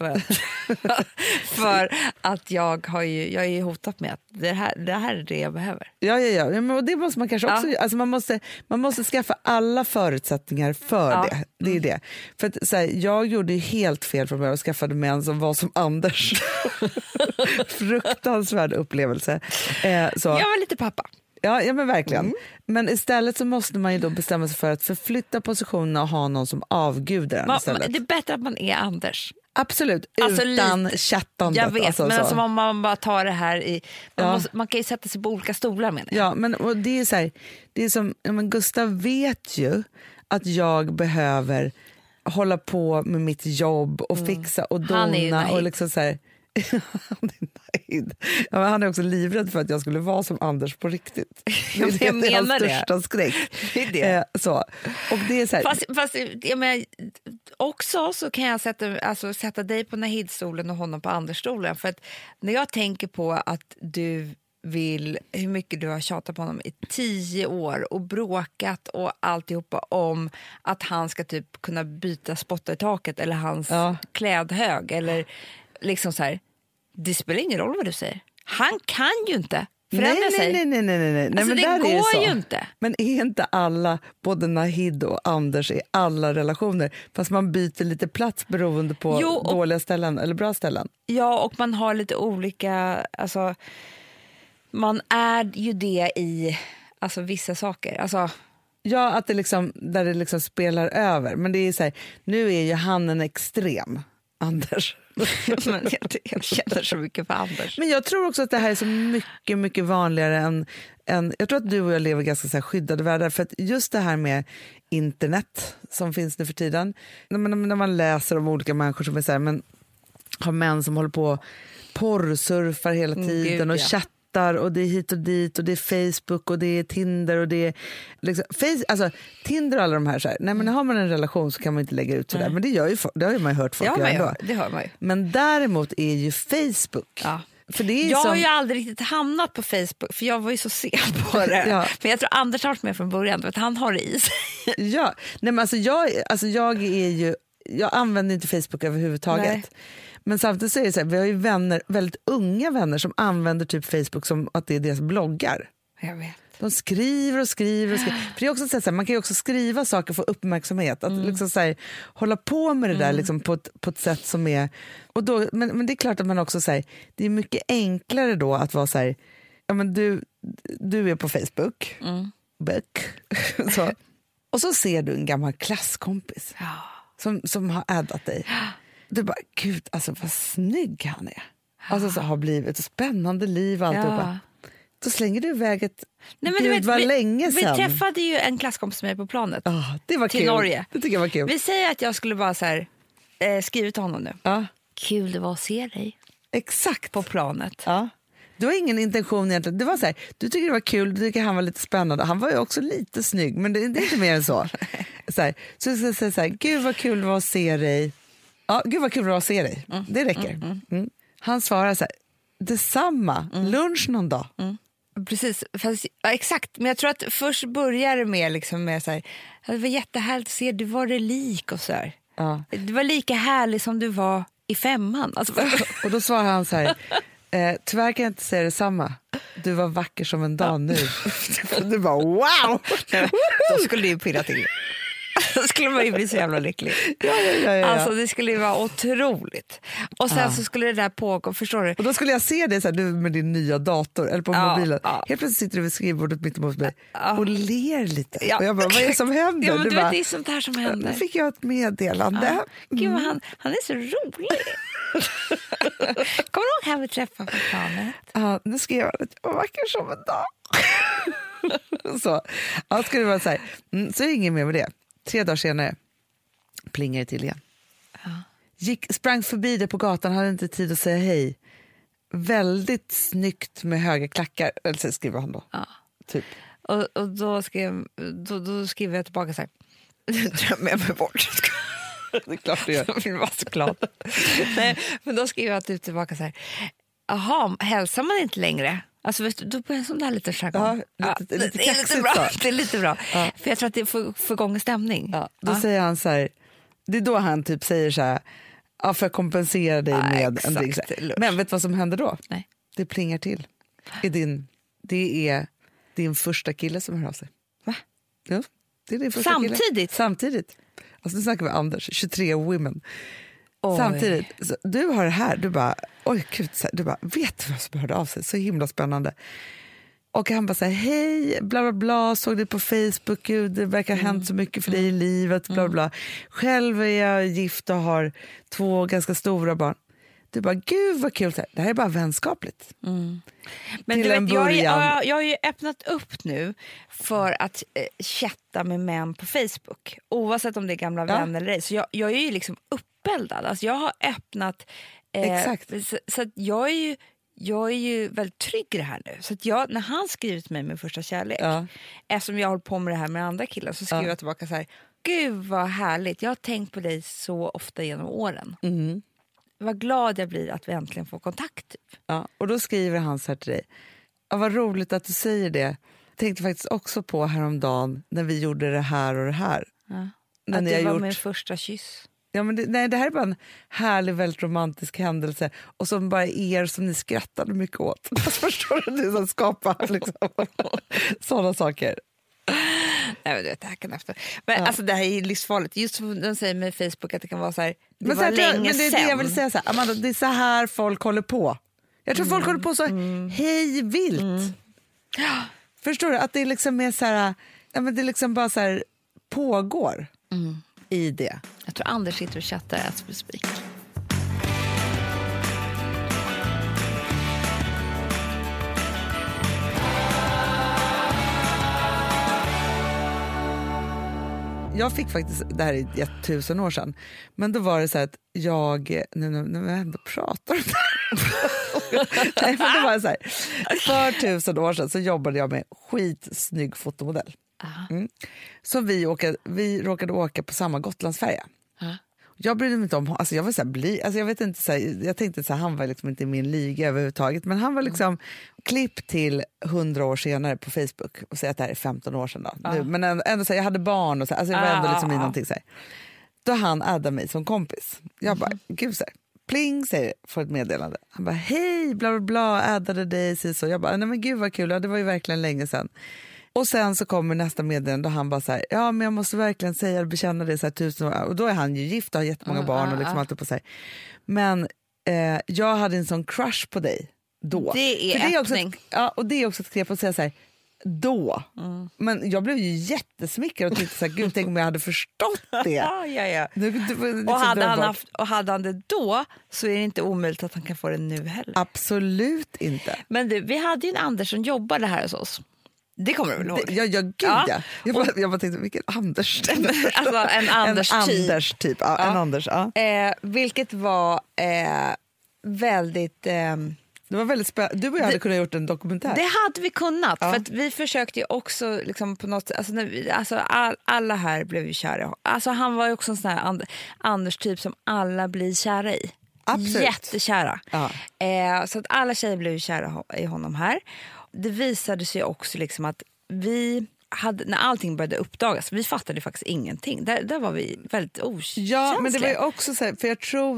för att jag är ju hotat med att det här är det jag behöver. Ja, men och det måste man kanske också, alltså man måste skaffa alla förutsättningar för det. Det är det. För att så här, jag gjorde ju helt fel från början och skaffade med en som var som Anders. Fruktansvärd upplevelse. Så. Jag var lite pappa. Ja, men verkligen. Men istället så måste man ju då bestämma sig för att förflytta positionerna och ha någon som avgudar den istället. Det är bättre att man är Anders. Absolut, alltså, utan chattandet. Jag vet, men alltså, om man bara tar det här i... Man kan ju sätta sig på olika stolar, menar jag. Ja, men och det är så här, det är som, men Gustav vet ju att jag behöver hålla på med mitt jobb och fixa och dona och liksom så här... han är också livrädd för att jag skulle vara som Anders på riktigt. Det är hans största skräck. Det är det. Så. Och det är så här... Fast jag menar, också så kan jag sätta dig på Nahid-stolen och honom på Anders-stolen. För att när jag tänker på att du vill, hur mycket du har tjatat på honom i 10 år och bråkat och alltihopa om att han ska typ kunna byta spotta i taket eller hans klädhög eller liksom så här, det spelar ingen roll vad du säger. Han kan ju inte förändra sig. Nej. Alltså, men det där går är det ju inte. Men är inte alla, både Nahid och Anders, i alla relationer, fast man byter lite plats beroende på dåliga ställen eller bra ställen? Ja, och man har lite olika, alltså man är ju det i vissa saker. Alltså, ja, att det liksom, där det liksom spelar över. Men det är så här, nu är ju han en extrem, Anders. Men jag känner så mycket för Anders. Men jag tror också att det här är så mycket, mycket vanligare än jag tror att du och jag lever ganska så här skyddade världar, för att just det här med internet som finns nu för tiden, när man läser om olika människor som är så här, men har män som håller på porrsurfar hela tiden och chattar, och det är hit och dit och det är Facebook och det är Tinder och det är liksom, Tinder och alla de här så här. Nej, men har man en relation så kan man inte lägga ut sådär. Men det har ju man hört folk göra ändå. Det hör man ju. Men däremot är ju Facebook. Ja. För det är jag har ju aldrig riktigt hamnat på Facebook för jag var ju så sen på det. Men jag tror Anders har varit med från början, att han har det i sig. Ja, nej, men jag använder inte Facebook överhuvudtaget. Nej. Men samtidigt så är det så här, vi har ju vänner, väldigt unga vänner som använder typ Facebook som att det är deras bloggar. Jag vet. De skriver. För det är också så här, man kan ju också skriva saker för uppmärksamhet. Att liksom så här, hålla på med det där liksom på ett sätt som är... Och då, men det är klart att man också säger, det är mycket enklare då att vara så här, ja, men du är på Facebook. Så. Och så ser du en gammal klasskompis som har addat dig. Du bara, gud, alltså vad snygg han är. Alltså så har blivit ett spännande liv och alltihopa. Då slänger du iväg ett... Nej, men gud, vad länge sedan. Vi träffade ju en klasskompis med på planet det var till kul. Norge. Det tycker jag var kul. Vi säger att jag skulle bara så här, skriva till honom nu. Kul det var att se dig. Exakt. På planet. Du har ingen intention egentligen. Det var så här, du tycker det var kul, du tycker han var lite spännande. Han var ju också lite snygg, men det är inte mer än så. Så jag ska säga så här, gud vad kul det var att se dig. Ja, gud vad kul det var att se dig. Det räcker. Han svarar så här, detsamma, lunch någon dag. Precis, fast, exakt. Men jag tror att först börjar det med, liksom, med så här, det var jättehärligt att se, du var det lik och så här. Du var lika härlig som du var i 5:an. Alltså, och då svarar han så här, tyvärr kan jag inte säga detsamma. Du var vacker som en dag nu. Du bara, wow! Då skulle det ju pirra till. Då skulle man ju bli så jävla lycklig. Ja. Alltså det skulle ju vara otroligt. Och sen så skulle det där pågå, förstår du? Och då skulle jag se det så här, du med din nya dator eller på mobilen. Helt plötsligt sitter du vid skrivbordet mitt emot mig och ler lite. Och jag bara, vad är det som händer? Ja, men du du bara, vet, det är sånt här som händer. Nu fick jag ett meddelande. Gud, han är så rolig. Kommer du ihåg här vi träffade på planet? Ja, nu skrev jag att jag var vacker som en dag. Så skulle det vara så här. Så är det inget mer med det. 3 dagar senare plingar det till igen. Sprang förbi det på gatan, hade inte tid att säga hej. Väldigt snyggt med höga klackar, eller så skriver han då. Typ. Och då skrev jag tillbaka så här, drömmer jag mig bort. Det är klart du gör. Det var så klart. Nej, men då skrev jag tillbaka så här, jaha, hälsar man inte längre? Alltså då börjar sån där lite jargong. Lite det är lite bra. Det är lite bra. För jag tror att det får igång stämning. Då säger han så här, det är då han typ säger så här, för att kompensera dig med en drink. Men vet du vad som händer då? Nej. Det plingar till. Det är din första kille som hör av sig. Va? Ja, det är din första kille. Samtidigt. Alltså nu snackar vi Anders, 23 women. Oj. Samtidigt, så du har det här, du bara, oj gud, du bara, vet du vad som hörde av sig? Så himla spännande. Och han bara säger, hej, bla bla bla, såg det på Facebook, gud, det verkar ha hänt så mycket för dig i livet, bla bla. Själv är jag gift och har 2 ganska stora barn. Du bara, gud vad kul, det här är bara vänskapligt. Men du vet, jag har ju öppnat upp nu för att chatta med män på Facebook, oavsett om det är gamla vänner eller ej. Så jag är ju liksom uppeldad, alltså jag har öppnat exakt. Så att jag är ju väldigt trygg i det här nu. Så att när han skrivit till mig med första kärlek, eftersom jag håller på med det här med andra killar, så skriver jag tillbaka så här, gud vad härligt, jag har tänkt på dig så ofta genom åren. Vad glad jag blir att vi äntligen får kontakt. Typ. Ja, och då skriver han så här till dig, vad roligt att du säger det. Jag tänkte faktiskt också på häromdagen när vi gjorde det här och det här. När att det var min första kyss. Ja, men det här är bara en härlig, väldigt romantisk händelse och som bara er som ni skrattade mycket åt. Förstår du? Det som skapar liksom, sådana saker. Nej, men det här kan efter. Men alltså det här är livsfarligt. Just som de säger med Facebook att det kan vara så här, men det är det jag vill säga så här, Amanda, det är så här folk håller på. Jag tror folk håller på så hej vilt. Förstår du? Att det liksom är så här, men det liksom bara så här pågår i det. Jag tror Anders sitter och chattar as we speak. Jag fick faktiskt, det här är 1000 år sedan, men då var det så här att jag, när vi ändå pratar om det här. Nej, men det var så här, för 1000 år sedan så jobbade jag med skitsnygg fotomodell. Så vi råkade åka på samma Gotlandsfärja. Jag brydde mig inte om, alltså jag var så här, alltså jag vet inte så här, jag tänkte så här, han var liksom inte i min liga överhuvudtaget, men han var liksom klipp till 100 år senare på Facebook och säga att det här är 15 år sedan då. Nu, men ändå så här, jag hade barn och så här, alltså jag var ändå liksom i någonting så här. Då han addade mig som kompis. Jag bara, gud så här, pling säger får ett meddelande. Han bara, hej, bla bla bla, addade dig så. Jag bara, nej men gud vad kul, ja, det var ju verkligen länge sedan. Och sen så kommer nästa meddelande och han bara så här, ja men jag måste verkligen säga och bekänna det så här 1000 år. Och då är han ju gift och har jättemånga barn och liksom allt på sig. Men jag hade en sån crush på dig då. Det är öppning. Och det är också ett knep att säga så här, då. Men jag blev ju jättesmickrad och tänkte så här, gud, tänk om jag hade förstått det. Ja. Och hade han det då, så är det inte omöjligt att han kan få det nu heller. Absolut inte. Men du, vi hade ju en Anders som jobbade här hos oss. Det kommer du väl ihåg? Ja, gud ja. Jag bara tänkte, vilken Anders? Alltså en Anders typ. Ja. En Anders, ja. Vilket var väldigt... Det var väldigt spännande. Du och jag hade kunnat gjort en dokumentär. Det hade vi kunnat, för att vi försökte ju också liksom på något, alla här blev ju kära. Alltså han var ju också en sån här Anders typ som alla blir kära i. Absolut. Jättekära. Ja. Så att alla tjejer blev ju kära i honom här. Det visade sig också liksom att vi hade, när allting började uppdagas, vi fattade faktiskt ingenting. Där var vi väldigt okänsliga. Ja, men det var ju också så här, för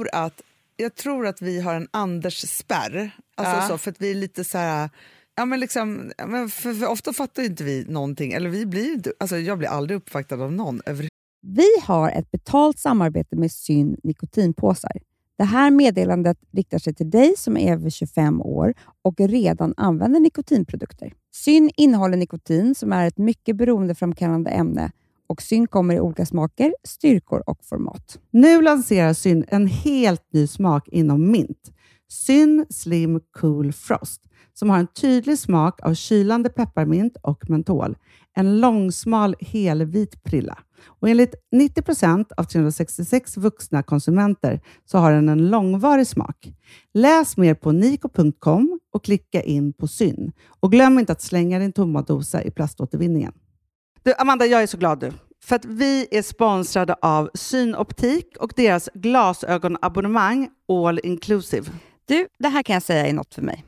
jag tror att vi har en Anders-spärr. Alltså så, för att vi är lite så här... Ja, men liksom, för ofta fattar inte vi någonting. Eller vi blir inte... Alltså jag blir aldrig uppfattad av någon. Vi har ett betalt samarbete med Syn nikotinpåsar. Det här meddelandet riktar sig till dig som är över 25 år och redan använder nikotinprodukter. Syn innehåller nikotin som är ett mycket beroendeframkallande ämne. Och Syn kommer i olika smaker, styrkor och format. Nu lanserar Syn en helt ny smak inom mint. Syn Slim Cool Frost. Som har en tydlig smak av kylande pepparmint och mentol. En långsmal helvit prilla. Och enligt 90% av 366 vuxna konsumenter så har den en långvarig smak. Läs mer på niko.com och klicka in på Syn. Och glöm inte att slänga din tomma dosa i plaståtervinningen. Du, Amanda, jag är så glad du. För att vi är sponsrade av Synoptik och deras glasögonabonnemang All Inclusive. Du, det här kan jag säga är något för mig.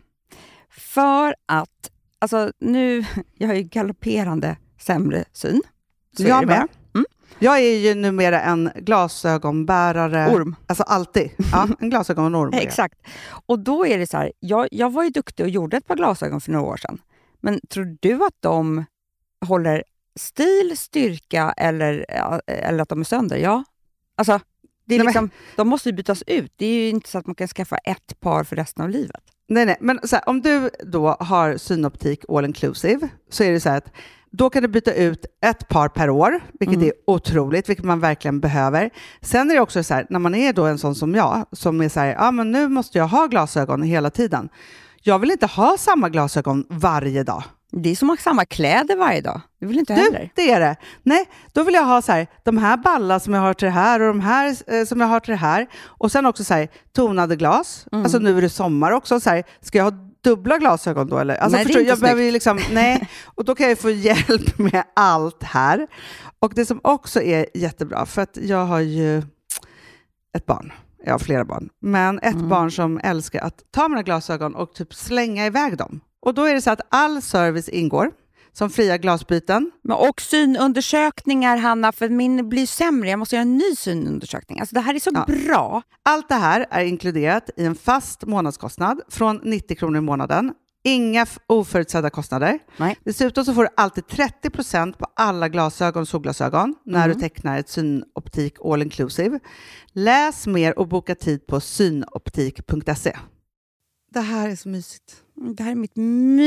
För att, alltså nu, jag har ju galopperande sämre syn. Så jag är med. Jag är ju numera en glasögonbärare. Orm. Alltså alltid. Ja, en glasögonorm. Exakt. Och då är det så här, jag var ju duktig och gjorde ett par glasögon för några år sedan. Men tror du att de håller stil, styrka eller att de är sönder? Ja. Alltså, det är liksom, de måste ju bytas ut. Det är ju inte så att man kan skaffa ett par för resten av livet. Nej. Men så här, om du då har Synoptik All Inclusive så är det så här att då kan du byta ut ett par per år, vilket är otroligt, vilket man verkligen behöver. Sen är det också så här, när man är då en sån som jag, som är så här, men nu måste jag ha glasögon hela tiden. Jag vill inte ha samma glasögon varje dag. Det är som att ha samma kläder varje dag. Det vill inte heller. Det är det. Nej, då vill jag ha så här, de här ballar som jag har till det här och de här som jag har till det här. Och sen också så här, tonade glas. Alltså nu är det sommar också. Så här, ska jag ha dubbla glasögon då? Eller? Alltså, nej, förstår, jag behöver ju liksom, nej. Och då kan jag få hjälp med allt här. Och det som också är jättebra, för att jag har ju ett barn. Jag har flera barn. Men ett barn som älskar att ta mina glasögon och typ slänga iväg dem. Och då är det så att all service ingår. Som fria glasbyten. Och synundersökningar, Hanna, för min blir sämre. Jag måste göra en ny synundersökning. Alltså det här är så bra. Allt det här är inkluderat i en fast månadskostnad från 90 kronor i månaden. Inga oförutsedda kostnader. Nej. Dessutom så får du alltid 30% på alla glasögon och solglasögon när du tecknar ett Synoptik All Inclusive. Läs mer och boka tid på synoptik.se. Det här är så mysigt. Det här är mitt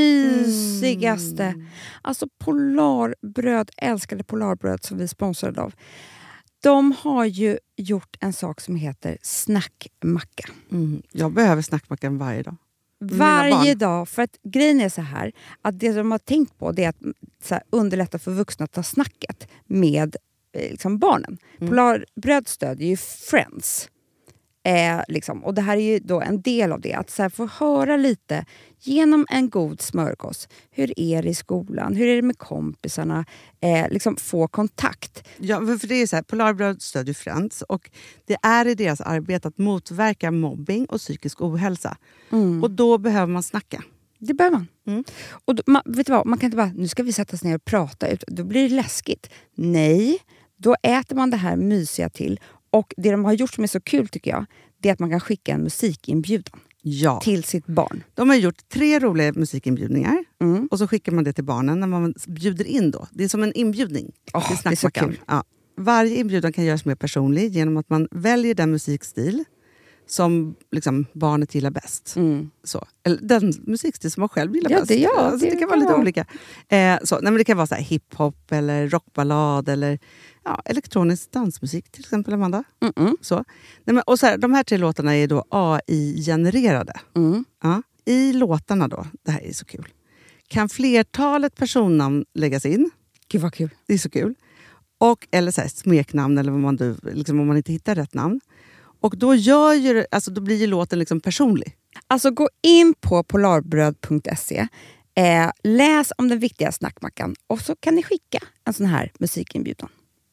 mysigaste. Alltså Polarbröd, älskade Polarbröd som vi sponsrade av. De har ju gjort en sak som heter snackmacka. Jag behöver snackmackan varje dag. Varje dag, för att grejen är så här att det de har tänkt på det är att så här, underlätta för vuxna att ta snacket med liksom barnen. Polarbröd stödjer ju Friends. Liksom. Och det här är ju då en del av det. Att så här, få höra lite genom en god smörgås. Hur är det i skolan? Hur är det med kompisarna? Liksom få kontakt. Ja, för det är så här, Polarbröd stödjer Friends. Och det är i deras arbete att motverka mobbing och psykisk ohälsa. Och då behöver man snacka. Det behöver man. Och då, vet du vad? Man kan inte bara, nu ska vi sätta oss ner och prata ut. Då blir det läskigt. Nej, då äter man det här mysiga till. Och det de har gjort som är så kul tycker jag, det är att man kan skicka en musikinbjudan till sitt barn. De har gjort 3 roliga musikinbjudningar och så skickar man det till barnen när man bjuder in då. Det är som en inbjudning. Det är så kul. Ja. Varje inbjudan kan göras mer personlig genom att man väljer den musikstil som liksom barnet gillar bäst. Så. Eller den musikstil som man själv gillar bäst. Det kan vara lite olika. Nej, men det kan vara så här hiphop eller rockballad eller elektronisk dansmusik till exempel, Amanda. Så. Nej, men, och så här, de här 3 låtarna är då AI-genererade. Ja. I låtarna då, det här är så kul, kan flertalet personnamn läggas in. Gud vad kul. Det är så kul. Eller så här, smeknamn eller vad man, liksom, om man inte hittar rätt namn. Och då, då blir ju låten liksom personlig. Alltså gå in på polarbröd.se, läs om den viktiga snackmackan och så kan ni skicka en sån här musikinbjudan.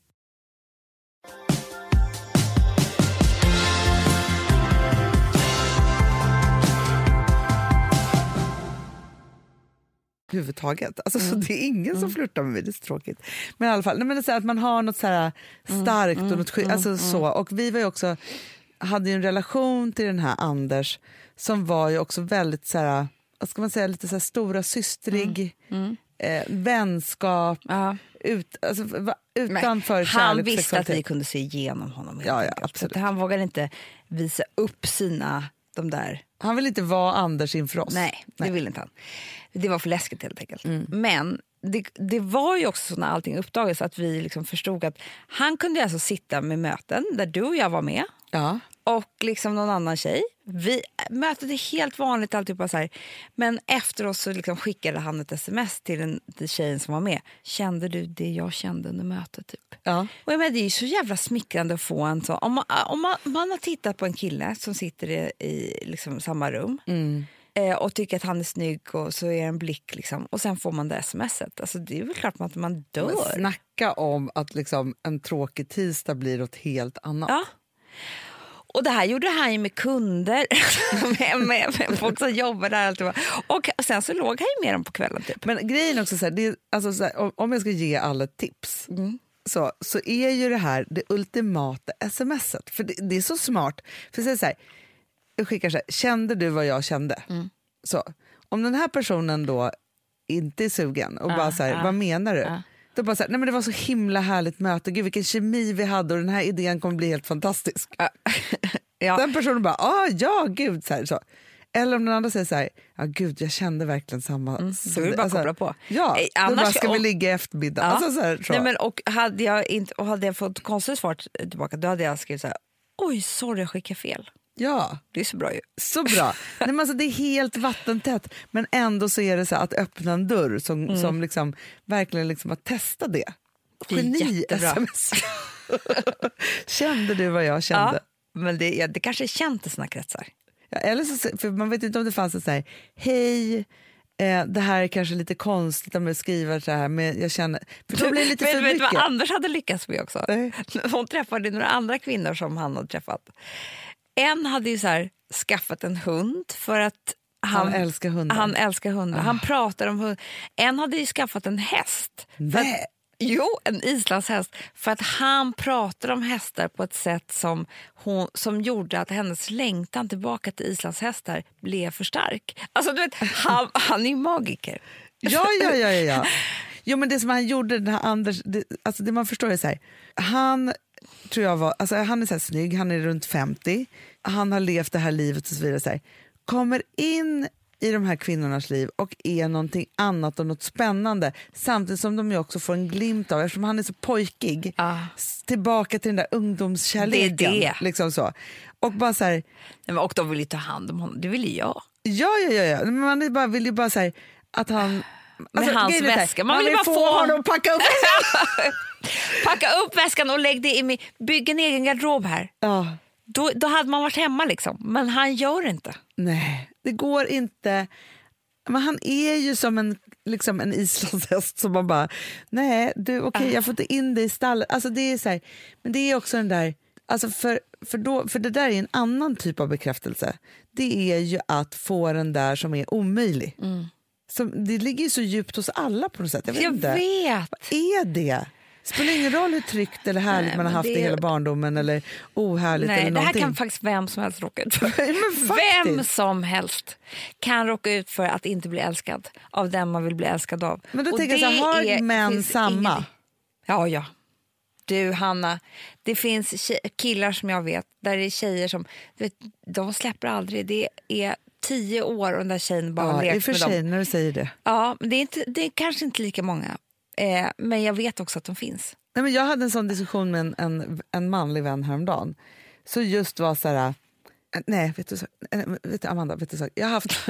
Huvudtaget. Alltså, så det är ingen som flirtar med mig, det är så tråkigt. Men i alla fall, det är så här att man har något så här starkt och något så. Och vi var ju också, hade ju en relation till den här Anders som var ju också väldigt så här, vad ska man säga, lite så här stora systrig vänskap utanför kärlek. Han visste att vi kunde se igenom honom. Absolut. Han vågade inte visa upp de där. Han vill inte vara Anders inför oss. Nej, det vill inte han. Det var för läskigt helt enkelt. Men det var ju också så när allting uppdagades att vi liksom förstod att han kunde alltså sitta med möten där du och jag var med. Ja. Och liksom någon annan tjej. Mötet är helt vanligt alltid så här. Men efter oss så liksom skickade han ett sms till tjejen som var med. Kände du det jag kände under mötet typ? Ja. Och jag menar, det är ju så jävla smickrande att få en så. Om man har tittat på en kille som sitter i liksom samma rum. Och tycker att han är snygg och så är det en blick liksom. Och sen får man det smset. Alltså det är väl klart att man dör. Men snacka om att liksom en tråkig tisdag blir något helt annat. Ja. Och det här gjorde han ju med kunder, med folk som jobbar där. Och sen så låg han ju med dem på kvällen typ. Men grejen också så här, det är, alltså så här, om jag ska ge alla tips så är ju det här det ultimata smset. För det är så smart. För så här, jag skickar så här, kände du vad jag kände? Så, om den här personen då inte är sugen och bara så här, vad menar du? Då bara så här, nej men det var så himla härligt möte, gud vilken kemi vi hade och den här idén kommer bli helt fantastisk. Den personen bara, ja gud så. Eller om den andra säger så här, ja gud jag kände verkligen samma. Då är det bara koppla på. Ja, då bara ska vi ligga i eftermiddag. Ja. Alltså, så. Nej, men, och hade jag fått konstigt svar tillbaka, då hade jag skrivit så här, oj sorry jag skickade fel. Ja, det är så bra ju. Så bra. Nej, men alltså, det är helt vattentätt, men ändå så är det så att öppna en dörr som liksom, verkligen liksom att testa det. Geni-sms. Kände du vad jag kände? Ja, men det kanske är känt i såna kretsar. Ja, eller så, för man vet inte om det fanns en så här, hej, det här är kanske lite konstigt om jag skriver så här, men jag känner, för då blir det lite för mycket. Vet du vad Anders hade lyckats med också? Nej. Hon träffade några andra kvinnor som han hade träffat. En hade ju så här skaffat en hund för att han älskar hundar. Han älskar hundar. Han pratar om hund. En hade ju skaffat en häst. En islandshäst. För att han pratar om hästar på ett sätt som gjorde att hennes längtan tillbaka till islandshästar blev för stark. Alltså du vet, han är ju magiker. Ja. Jo, men det som han gjorde, den här Anders, det man förstår är så här, han tror jag var, alltså han är så här snygg, han är runt 50, han har levt det här livet och så vidare, så här, kommer in i de här kvinnornas liv och är någonting annat och något spännande, samtidigt som de ju också får en glimt av, eftersom han är så pojkig, tillbaka till den där ungdomskärleken. Det är det. Liksom så. Och bara så här, och de vill ju ta hand om honom, det vill ju jag. Ja. Men man vill ju bara så här, att han... Med hans väska. Man vill bara få honom att packa upp packa upp väskan och lägg det i bygg en egen garderob här. Ja. Då hade man varit hemma liksom. Men han gör inte. Nej, det går inte. Men han är ju som en islandshäst som man bara, nej du okej, jag får inte in dig i stallet. Alltså det är så här, men det är också den där, alltså för det där är en annan typ av bekräftelse. Det är ju att få den där som är omöjlig. Det ligger ju så djupt hos alla på något sätt. Jag vet. Vad är det? Spelar ingen roll hur tryggt eller härligt man har haft det hela barndomen eller ohärligt eller någonting. Det här kan faktiskt vem som helst råka ut för. Vem som helst kan råka ut för att inte bli älskad av den man vill bli älskad av. Men då tänker jag så här, har män samma? Ja. Du Hanna, Det finns killar som jag vet, där det är tjejer som, du vet, de släpper aldrig. Det är 10 år och den där tjejen bara lekt med dem. I och för sig när du säger det. Ja, men det är kanske inte lika många. Men jag vet också att de finns. Nej, men jag hade en sån diskussion med en manlig vän häromdagen. Så just var så här... Nej, vet du Amanda, jag har haft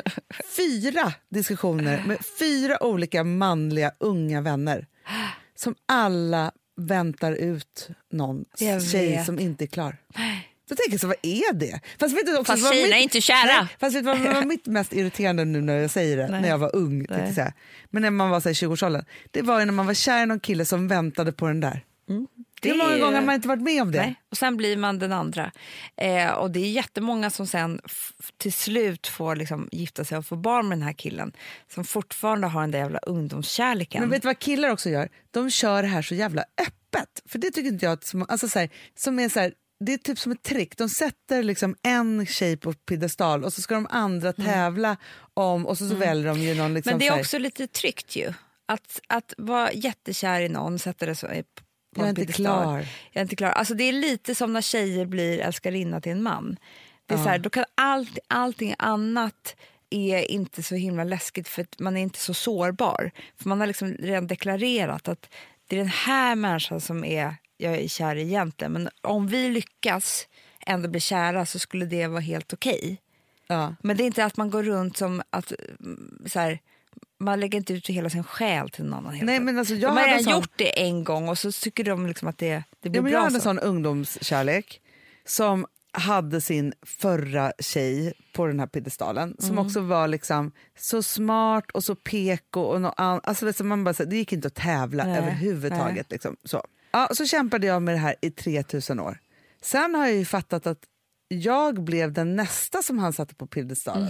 4 diskussioner med 4 olika manliga unga vänner som alla väntar ut någon tjej som inte är klar. Så tänker jag så, vad är det? Fast vet du också, fast tjejerna är inte kära. Nej, fast vet du vad var mitt mest irriterande nu när jag säger det, när jag var ung, jag säga. Men när man var så här, 20-årsåldern, det var ju när man var kär i någon kille som väntade på den där. Det är många gånger man inte varit med om det. Nej. Och sen blir man den andra. Och det är jättemånga som sen till slut får liksom gifta sig och få barn med den här killen. Som fortfarande har den där jävla ungdomskärleken. Men vet du vad killar också gör? De kör det här så jävla öppet. För det tycker inte jag att, alltså så här, som är så här, det är typ som ett trick. De sätter liksom en tjej på piedestal och så ska de andra tävla om, och så väljer de ju någon liksom. Men det är också lite tryggt ju. Att vara jättekär i någon, sätter det så jag är inte klar. Jag är inte klar. Alltså det är lite som när tjejer blir älskarinna till en man. Det är så här, då kan allting annat är inte så himla läskigt, för att man är inte så sårbar. För man har liksom redan deklarerat att det är den här människan som jag är kär i egentligen. Men om vi lyckas ändå bli kära så skulle det vara helt okej. Ja. Men det är inte att man går runt som att så här, man lägger inte ut hela sin själ till någon annan. Nej, men alltså, jag de har redan gjort det en gång och så tycker de liksom att det blir bra. Jag hade en sån ungdomskärlek som hade sin förra tjej på den här piedestalen, som också var liksom så smart och så PK och alltså man bara, det gick inte att tävla överhuvudtaget. Liksom, så. Ja, så kämpade jag med det här i 3000 år. Sen har jag ju fattat att jag blev den nästa som han satte på piedestalen.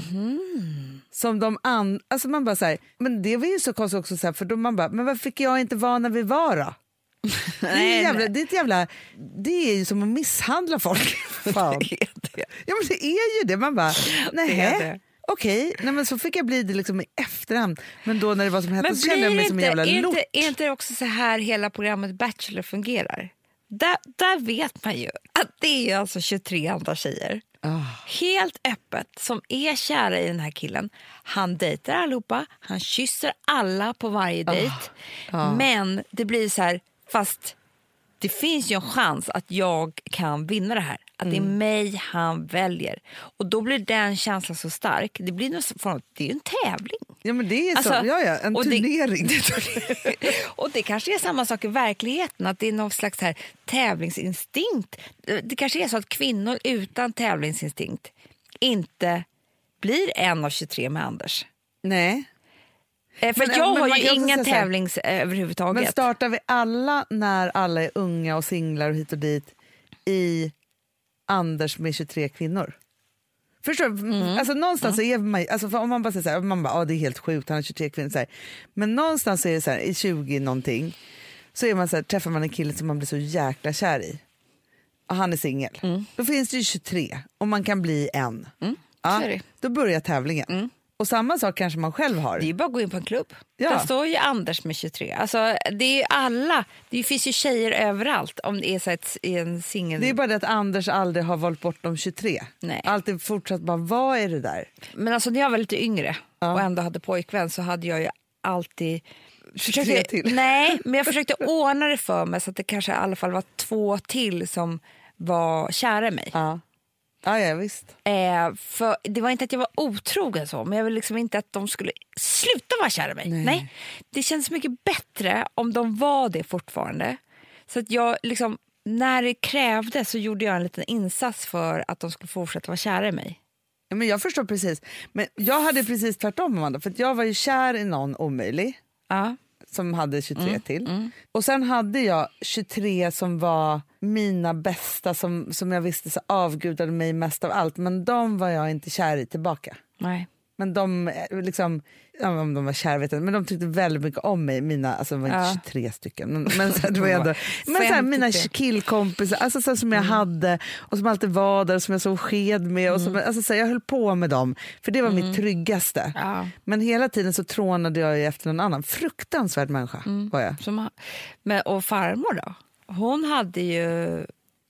Som de alltså man bara säger, men det var ju så konstigt också så här, för då man bara, men varför fick jag inte vara när vi var då? Det är ju som att misshandla folk. Fan. Ja, men det är ju det. Man bara, nej. Okej, men så fick jag bli det liksom i efterhand. Men då när det var som hette så kände jag mig som en jävla lort. Är inte också så här hela programmet Bachelor fungerar? Där vet man ju att det är alltså 23 andra tjejer. Helt öppet som är kära i den här killen. Han dejtar allihopa, han kysser alla på varje dejt. Men det blir så här, fast det finns ju en chans att jag kan vinna det här. Att det är mig han väljer. Och då blir den känslan så stark. Det blir det är ju en tävling. Ja, men det är så, en turnering. Och det kanske är samma sak i verkligheten. Att det är någon slags här tävlingsinstinkt. Det kanske är så att kvinnor utan tävlingsinstinkt inte blir en av 23 med Anders. Nej. För jag har ju ingen tävlings överhuvudtaget. Men startar vi alla när alla är unga och singlar och hit och dit i Anders med 23 kvinnor? Förstår du? Alltså någonstans så är man, alltså för om man bara säger så här, man bara, det är helt sjukt, han har 23 kvinnor så här. Men någonstans så är det så här, i 20 någonting så är man så här, träffar man en kille som man blir så jäkla kär i. Och han är singel. Då finns det ju 23 och man kan bli en. Då börjar tävlingen. Och samma sak kanske man själv har. Det är ju bara att gå in på en klubb. Där står ju Anders med 23. Alltså, det är ju alla. Det finns ju tjejer överallt om det är så en singel. Det är bara det att Anders aldrig har valt bort de 23. Nej. Alltid fortsatt bara, vad är det där? Men alltså när jag var lite yngre och ändå hade pojkvän så hade jag ju alltid... Nej, men jag försökte ordna det för mig så att det kanske i alla fall var 2 till som var kära i mig. Ja, visst. För det var inte att jag var otrogen så, men jag vill liksom inte att de skulle sluta vara kära i mig. Nej. Det känns mycket bättre om de var det fortfarande. Så att jag liksom, när det krävde så gjorde jag en liten insats för att de skulle fortsätta vara kära i mig. Ja, men jag förstår precis. Men jag hade precis tvärtom, Amanda, för att jag var ju kär i någon omöjlig. Som hade 23 till. Och sen hade jag 23 som var mina bästa, som jag visste så avgudade mig mest av allt. Men de var jag inte kär i tillbaka. Nej. Men de liksom, om de var kär vet jag, men de tyckte väldigt mycket om mig, mina, alltså det var inte 23 stycken men så det var ändå, men så här, mina killkompisar, alltså så som jag hade och som alltid var där och som jag såg sked med och som, alltså så jag höll på med dem för det var mitt tryggaste. Men hela tiden så trånade jag ju efter någon annan fruktansvärd människa var jag. Och farmor då? Hon hade ju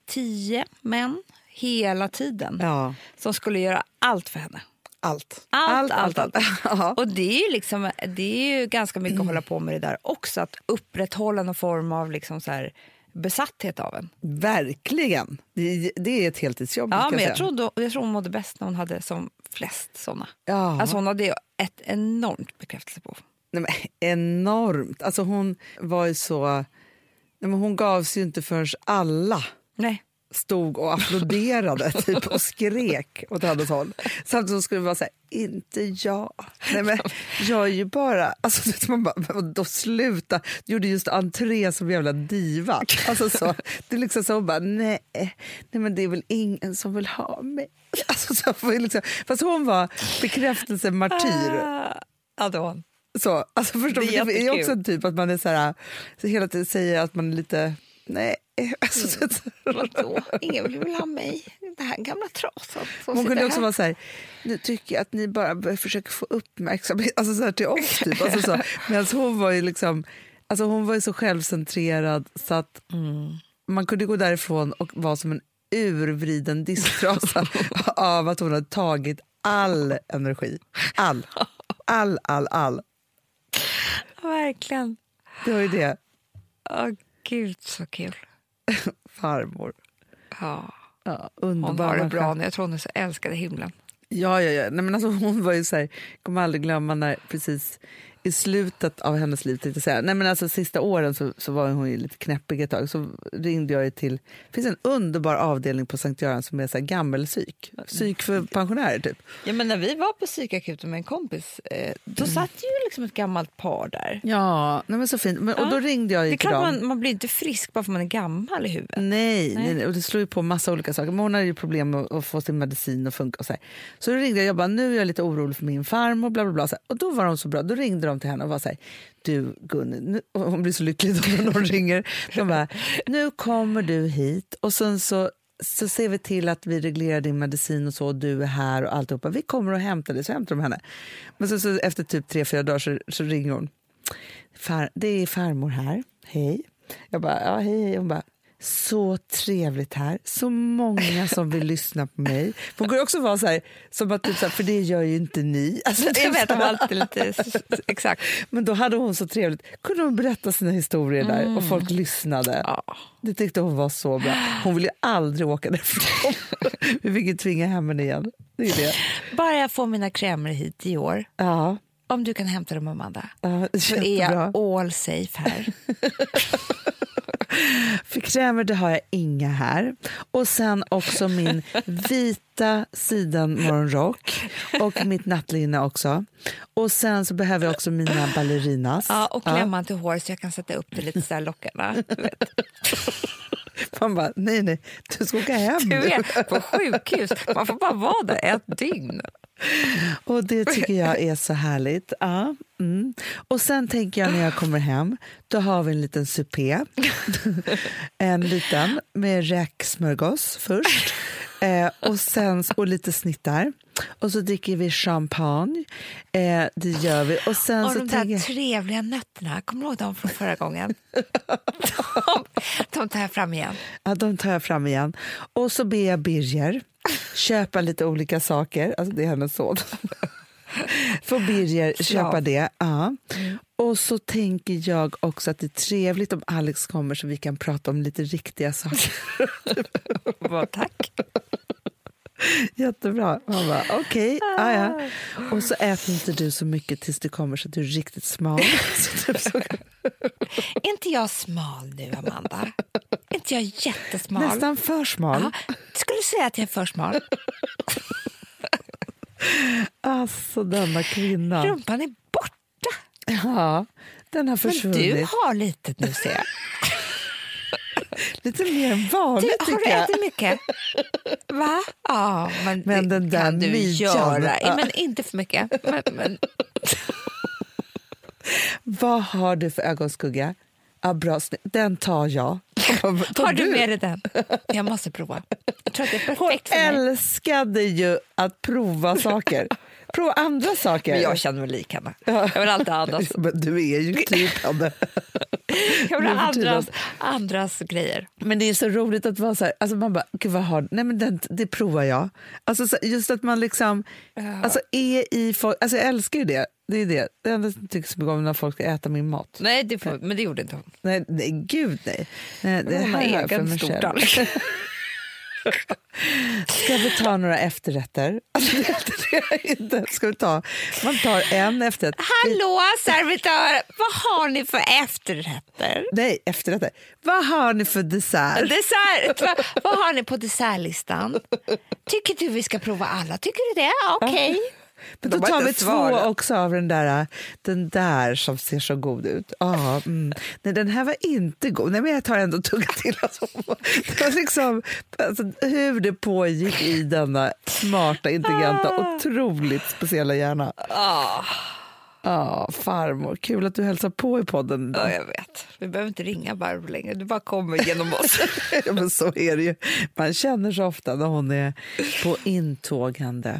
10 män hela tiden som skulle göra allt för henne. Allt. Och det är ju liksom, det är ju ganska mycket att hålla på med det där också, att upprätthålla någon form av liksom så här besatthet av en. Verkligen. Det är ett heltidsjobb. Ja, men jag tror hon mådde bäst när hon hade som flest såna. Ja. Alltså hon hade ett enormt bekräftelsebehov. Nej, men enormt. Alltså hon var ju så... Nej, men hon gav sig ju inte förrän alla stod och applåderade typ, och skrek åt hennes håll. Samtidigt som skulle vara så här, inte jag. Nej, men jag är ju bara... Alltså, man bara, då sluta. Du gjorde just entré som jävla diva. Alltså, så, det är liksom så bara, nej, men det är väl ingen som vill ha mig. Alltså, så, liksom, fast hon var bekräftelsemartyr. Ja, det var hon. Så, alltså förstår du, det är också en typ att man är så här, så hela tiden säger att man är lite, nej. Alltså, vadå? Ingen vill ha mig. Det här gamla trasan. Hon kunde också vara så här, nu tycker jag att ni bara försöker få uppmärksamhet, alltså så här till oss typ. Alltså så. Men hon var ju liksom, alltså hon var ju så självcentrerad så att man kunde gå därifrån och vara som en urvriden disktrasa av att hon hade tagit all energi. All. Verkligen. Det var ju det. Åh gud, så kul. Farmor. Ja, underbar. Hon har det bra. Jag tror hon är så älskad i himlen. Ja. Nej, men alltså, hon var ju så här, kommer aldrig glömma när precis i slutet av hennes liv, tänkte säga. Nej, men alltså sista åren så var hon ju lite knäppig ett tag. Så ringde jag ju till, det finns en underbar avdelning på Sankt Göran som är så här gammelpsyk. Psyk för pensionärer typ. Ja, men när vi var på psykakuten med en kompis, då satt ju liksom ett gammalt par där. Ja, nej, men så fint. Men, och då ringde jag ju det är till klart dem. man blir inte frisk bara för man är gammal i huvudet. Nej. Och det slår ju på massa olika saker. Men hon hade ju problem med att få sin medicin att funka och så här. Så då ringde jag bara, nu är jag lite orolig för min farmor, bla bla bla. Så här. Och då var de så bra, då ringde de till henne och var så här, du Gunni, och hon blir så lycklig när någon ringer. De bara, nu kommer du hit och sen så ser vi till att vi reglerar din medicin och så, och du är här och alltihopa. Vi kommer och hämtar dig, så hämtar de henne. Men så efter typ 3-4 dagar så ringer hon. Det är farmor här, hej. Jag bara, ja hej. Hon bara, så trevligt här, så många som vill lyssna på mig. Hon kan också vara så här, som att typ så här, för det gör ju inte ni. Alltså, jag vet alltid lite exakt. Men då hade hon så trevligt, kunde hon berätta sina historier där och folk lyssnade. Ja. Det tyckte hon var så bra. Hon ville aldrig åka därifrån. Vi fick ju tvinga hem henne igen. Det är det. Bara jag får mina krämer hit i år. Ja. Om du kan hämta dem, Amanda. Ja, så är jag all safe här. För krämer, det har jag inga här. Och sen också min vita siden morgonrock och mitt nattlinne också. Och sen så behöver jag också mina ballerinas. Ja, och klämman till hår så jag kan sätta upp det lite så här lockarna. Man bara, nej, du ska åka hem. Du är på sjukhus, man får bara vara där ett dygn. Och det tycker jag är så härligt. Ja. Och sen tänker jag när jag kommer hem, då har vi en liten supé. En liten med räksmörgås först. Och sen och lite snittar. Och så dricker vi champagne. Det gör vi. Och sen och så de där trevliga nötterna, kommer du ihåg dem från förra gången? De tar jag fram igen. Ja, de tar jag fram igen. Och så ber jag Birger köpa lite olika saker. Alltså det är hennes son. Får Birger köpa det. Ja. Och så tänker jag också att det är trevligt om Alex kommer så vi kan prata om lite riktiga saker. Tack. Jättebra. Man bara, okej. Ja. Och så äter inte du så mycket tills du kommer så att du är riktigt smal. Är inte jag smal nu, Amanda? Är inte jag jättesmal? Nästan för smal. Ja, skulle du säga att jag är för smal? Alltså, denna kvinna. Rumpan är borta. Ja, den har försvunnit. Men du har lite nu, ser jag. Lite mer än vanligt, har du ätit mycket? Va? Ja, men den där kan du göra. Ja. Men inte för mycket. Men. Vad har du för ögonskugga? Ja, bra, den tar jag. Har du med dig den? Jag måste prova. Jag tror att det är perfekt för mig. Hon älskade ju att prova saker. Prova andra saker. Men jag känner mig lik henne. Jag vill alltid andas. Men du är ju typ henne. Jag vill ha andras grejer. Men det är så roligt att vara så här, alltså man bara, gud vad har, nej men det provar jag. Alltså så, just att man liksom, alltså är i folk, alltså jag älskar ju det. Det är det. Det enda jag tycker så mycket om när folk ska äta min mat. Nej, men det gjorde inte hon. Nej, gud nej. Det hon har egen stor tallrik. Ska vi ta några efterrätter? Alltså, inte. Ska vi ta? Man tar en efterrätt. Hallå servitör, vad har ni för efterrätter? Nej, efterrätter. Vad har ni för dessert? Vad har ni på dessertlistan? Tycker du vi ska prova alla? Tycker du det? Okej. Okay. Men då tar vi två också av den där som ser så god ut. Nej, den här var inte god. Nej, men jag tar ändå tugga till. Alltså, det var liksom, alltså, hur det pågick i denna smarta, intelligenta, otroligt speciella hjärna. Farmor. Kul att du hälsar på i podden. Ja, jag vet. Vi behöver inte ringa Barbro längre. Du bara kommer genom oss. Ja, men så är det ju. Man känner så ofta när hon är på intågande.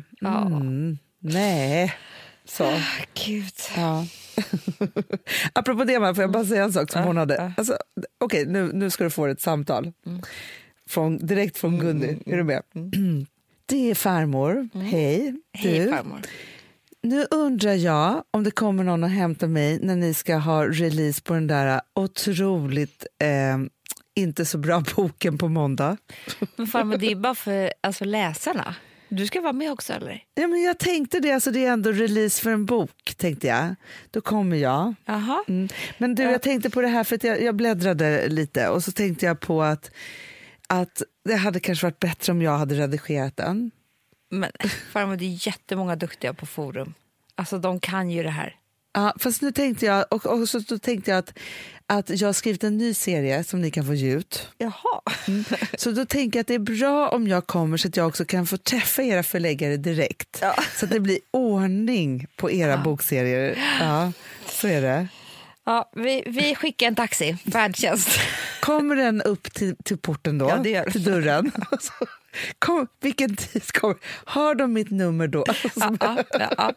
Nej. Så. Gud. Ja. Apropå det, får jag bara säga en sak som hon hade. Alltså, okej, nu ska du få ett samtal. Direkt från Gundy. Är du med? Det är farmor. Hej. Hej farmor. Nu undrar jag om det kommer någon att hämta mig när ni ska ha release på den där otroligt inte så bra boken på måndag. Men farmor, det är bara för läsarna. Du ska vara med också, eller? Ja, men jag tänkte det, alltså det är ändå release för en bok, tänkte jag. Då kommer jag. Aha. Men du, jag tänkte på det här för att jag bläddrade lite och så tänkte jag på att det hade kanske varit bättre om jag hade redigerat den. Men farmor, det är jättemånga duktiga på forum. Alltså de kan ju det här. Ja, fast nu tänkte jag och så tänkte jag att jag har skrivit en ny serie som ni kan få ge ut. Jaha. Så då tänker jag att det är bra om jag kommer så att jag också kan få träffa era förläggare direkt. Ja. Så att det blir ordning på era bokserier. Ja, så är det. Ja, vi skickar en taxi, färdtjänst. Kommer den upp till porten då? Ja, det gör. Till dörren? Vilken tid kommer? Har de mitt nummer då? Ja.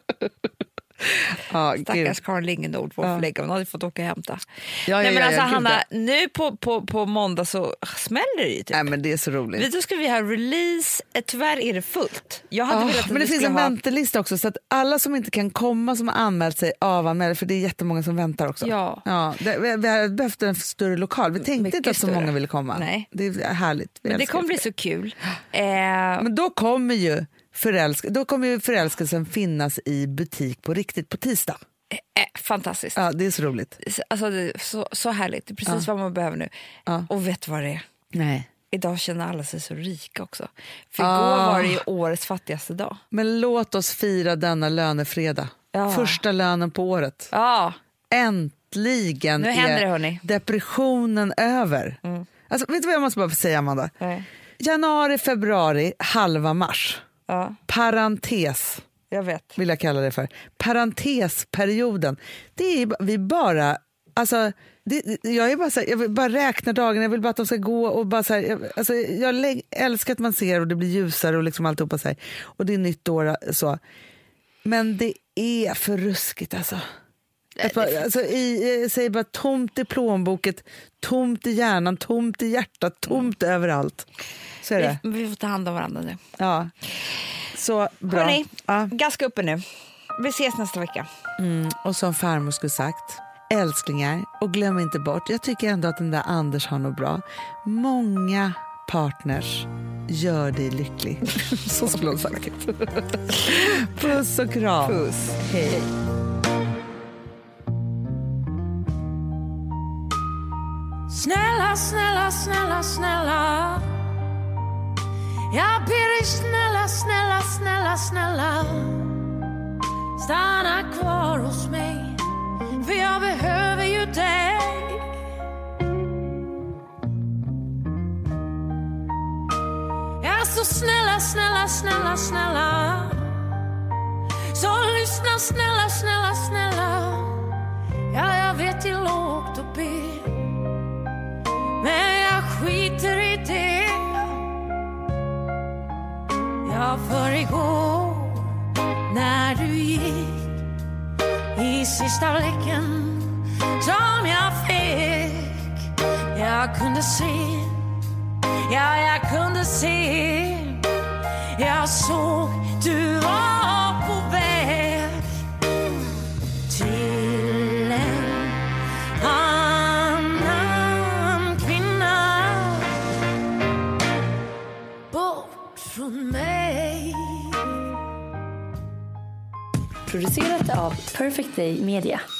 Stackars Gud. Karin Lingenord, vår förläggare, hon hade fått åka och hämta. Nej, men alltså Hanna, nu på måndag så smäller det ju typ. Nej, men det är så roligt. Då ska vi ha release, tyvärr är det fullt. Jag hade velat att men det finns en väntelista också så att alla som inte kan komma som har anmält sig avanmäler, för det är jättemånga som väntar också. Ja. Vi har behövt en större lokal. Vi tänkte inte att så många ville komma. Nej. Det är härligt. Men det kommer bli så kul. Men då kommer ju förälskelsen finnas i butik på riktigt på tisdag. Fantastiskt. Ja, det är så roligt. Alltså, det är så härligt. Det är precis vad man behöver nu. Och vet vad det är? Nej. Idag känner alla sig så rika också. För igår var det ju årets fattigaste dag. Men låt oss fira denna lönefredag. Första lönen på året. Ja. Äntligen nu händer det, hörni. Depressionen över. Alltså, vet du vad jag måste bara säga, Amanda? Nej. Januari, februari, halva mars. Parentes. Jag vet. Vill jag kalla det för. Parentesperioden. Det är vi bara, alltså jag är bara så här, jag vill bara räkna dagarna, jag vill bara att de ska gå och bara så här, alltså jag älskar att man ser och det blir ljusare och liksom alltihopa så här. Och det är nytt år så. Men det är för ruskigt alltså. Säg bara tomt i plånboket, tomt i hjärnan, tomt i hjärtat, tomt överallt. Så är det. Vi får ta hand om varandra nu. Ja. Så bra. Hörrni, gaska uppe nu. Vi ses nästa vecka. Och som farmor skulle sagt, älsklingar, och glöm inte bort, jag tycker ändå att den där Anders har något bra. Många partners gör dig lycklig. Så skulle hon sagt. Puss och kram. Puss. Hej. Snälla, snälla, snälla, snälla, jag ber dig snälla, snälla, snälla, snälla, stanna kvar hos mig, för jag behöver ju dig. Ja, så snälla, snälla, snälla, snälla, så lyssna snälla, snälla, snälla. Ja, jag vet det är lågt att be, men jag skiter i det. Ja, för igår när du gick i sista blicken som jag fick, Jag kunde se, ja jag kunde se. Jag såg du var på väg till en annan kvinna, bort från mig. Producerat av Perfect Day Media.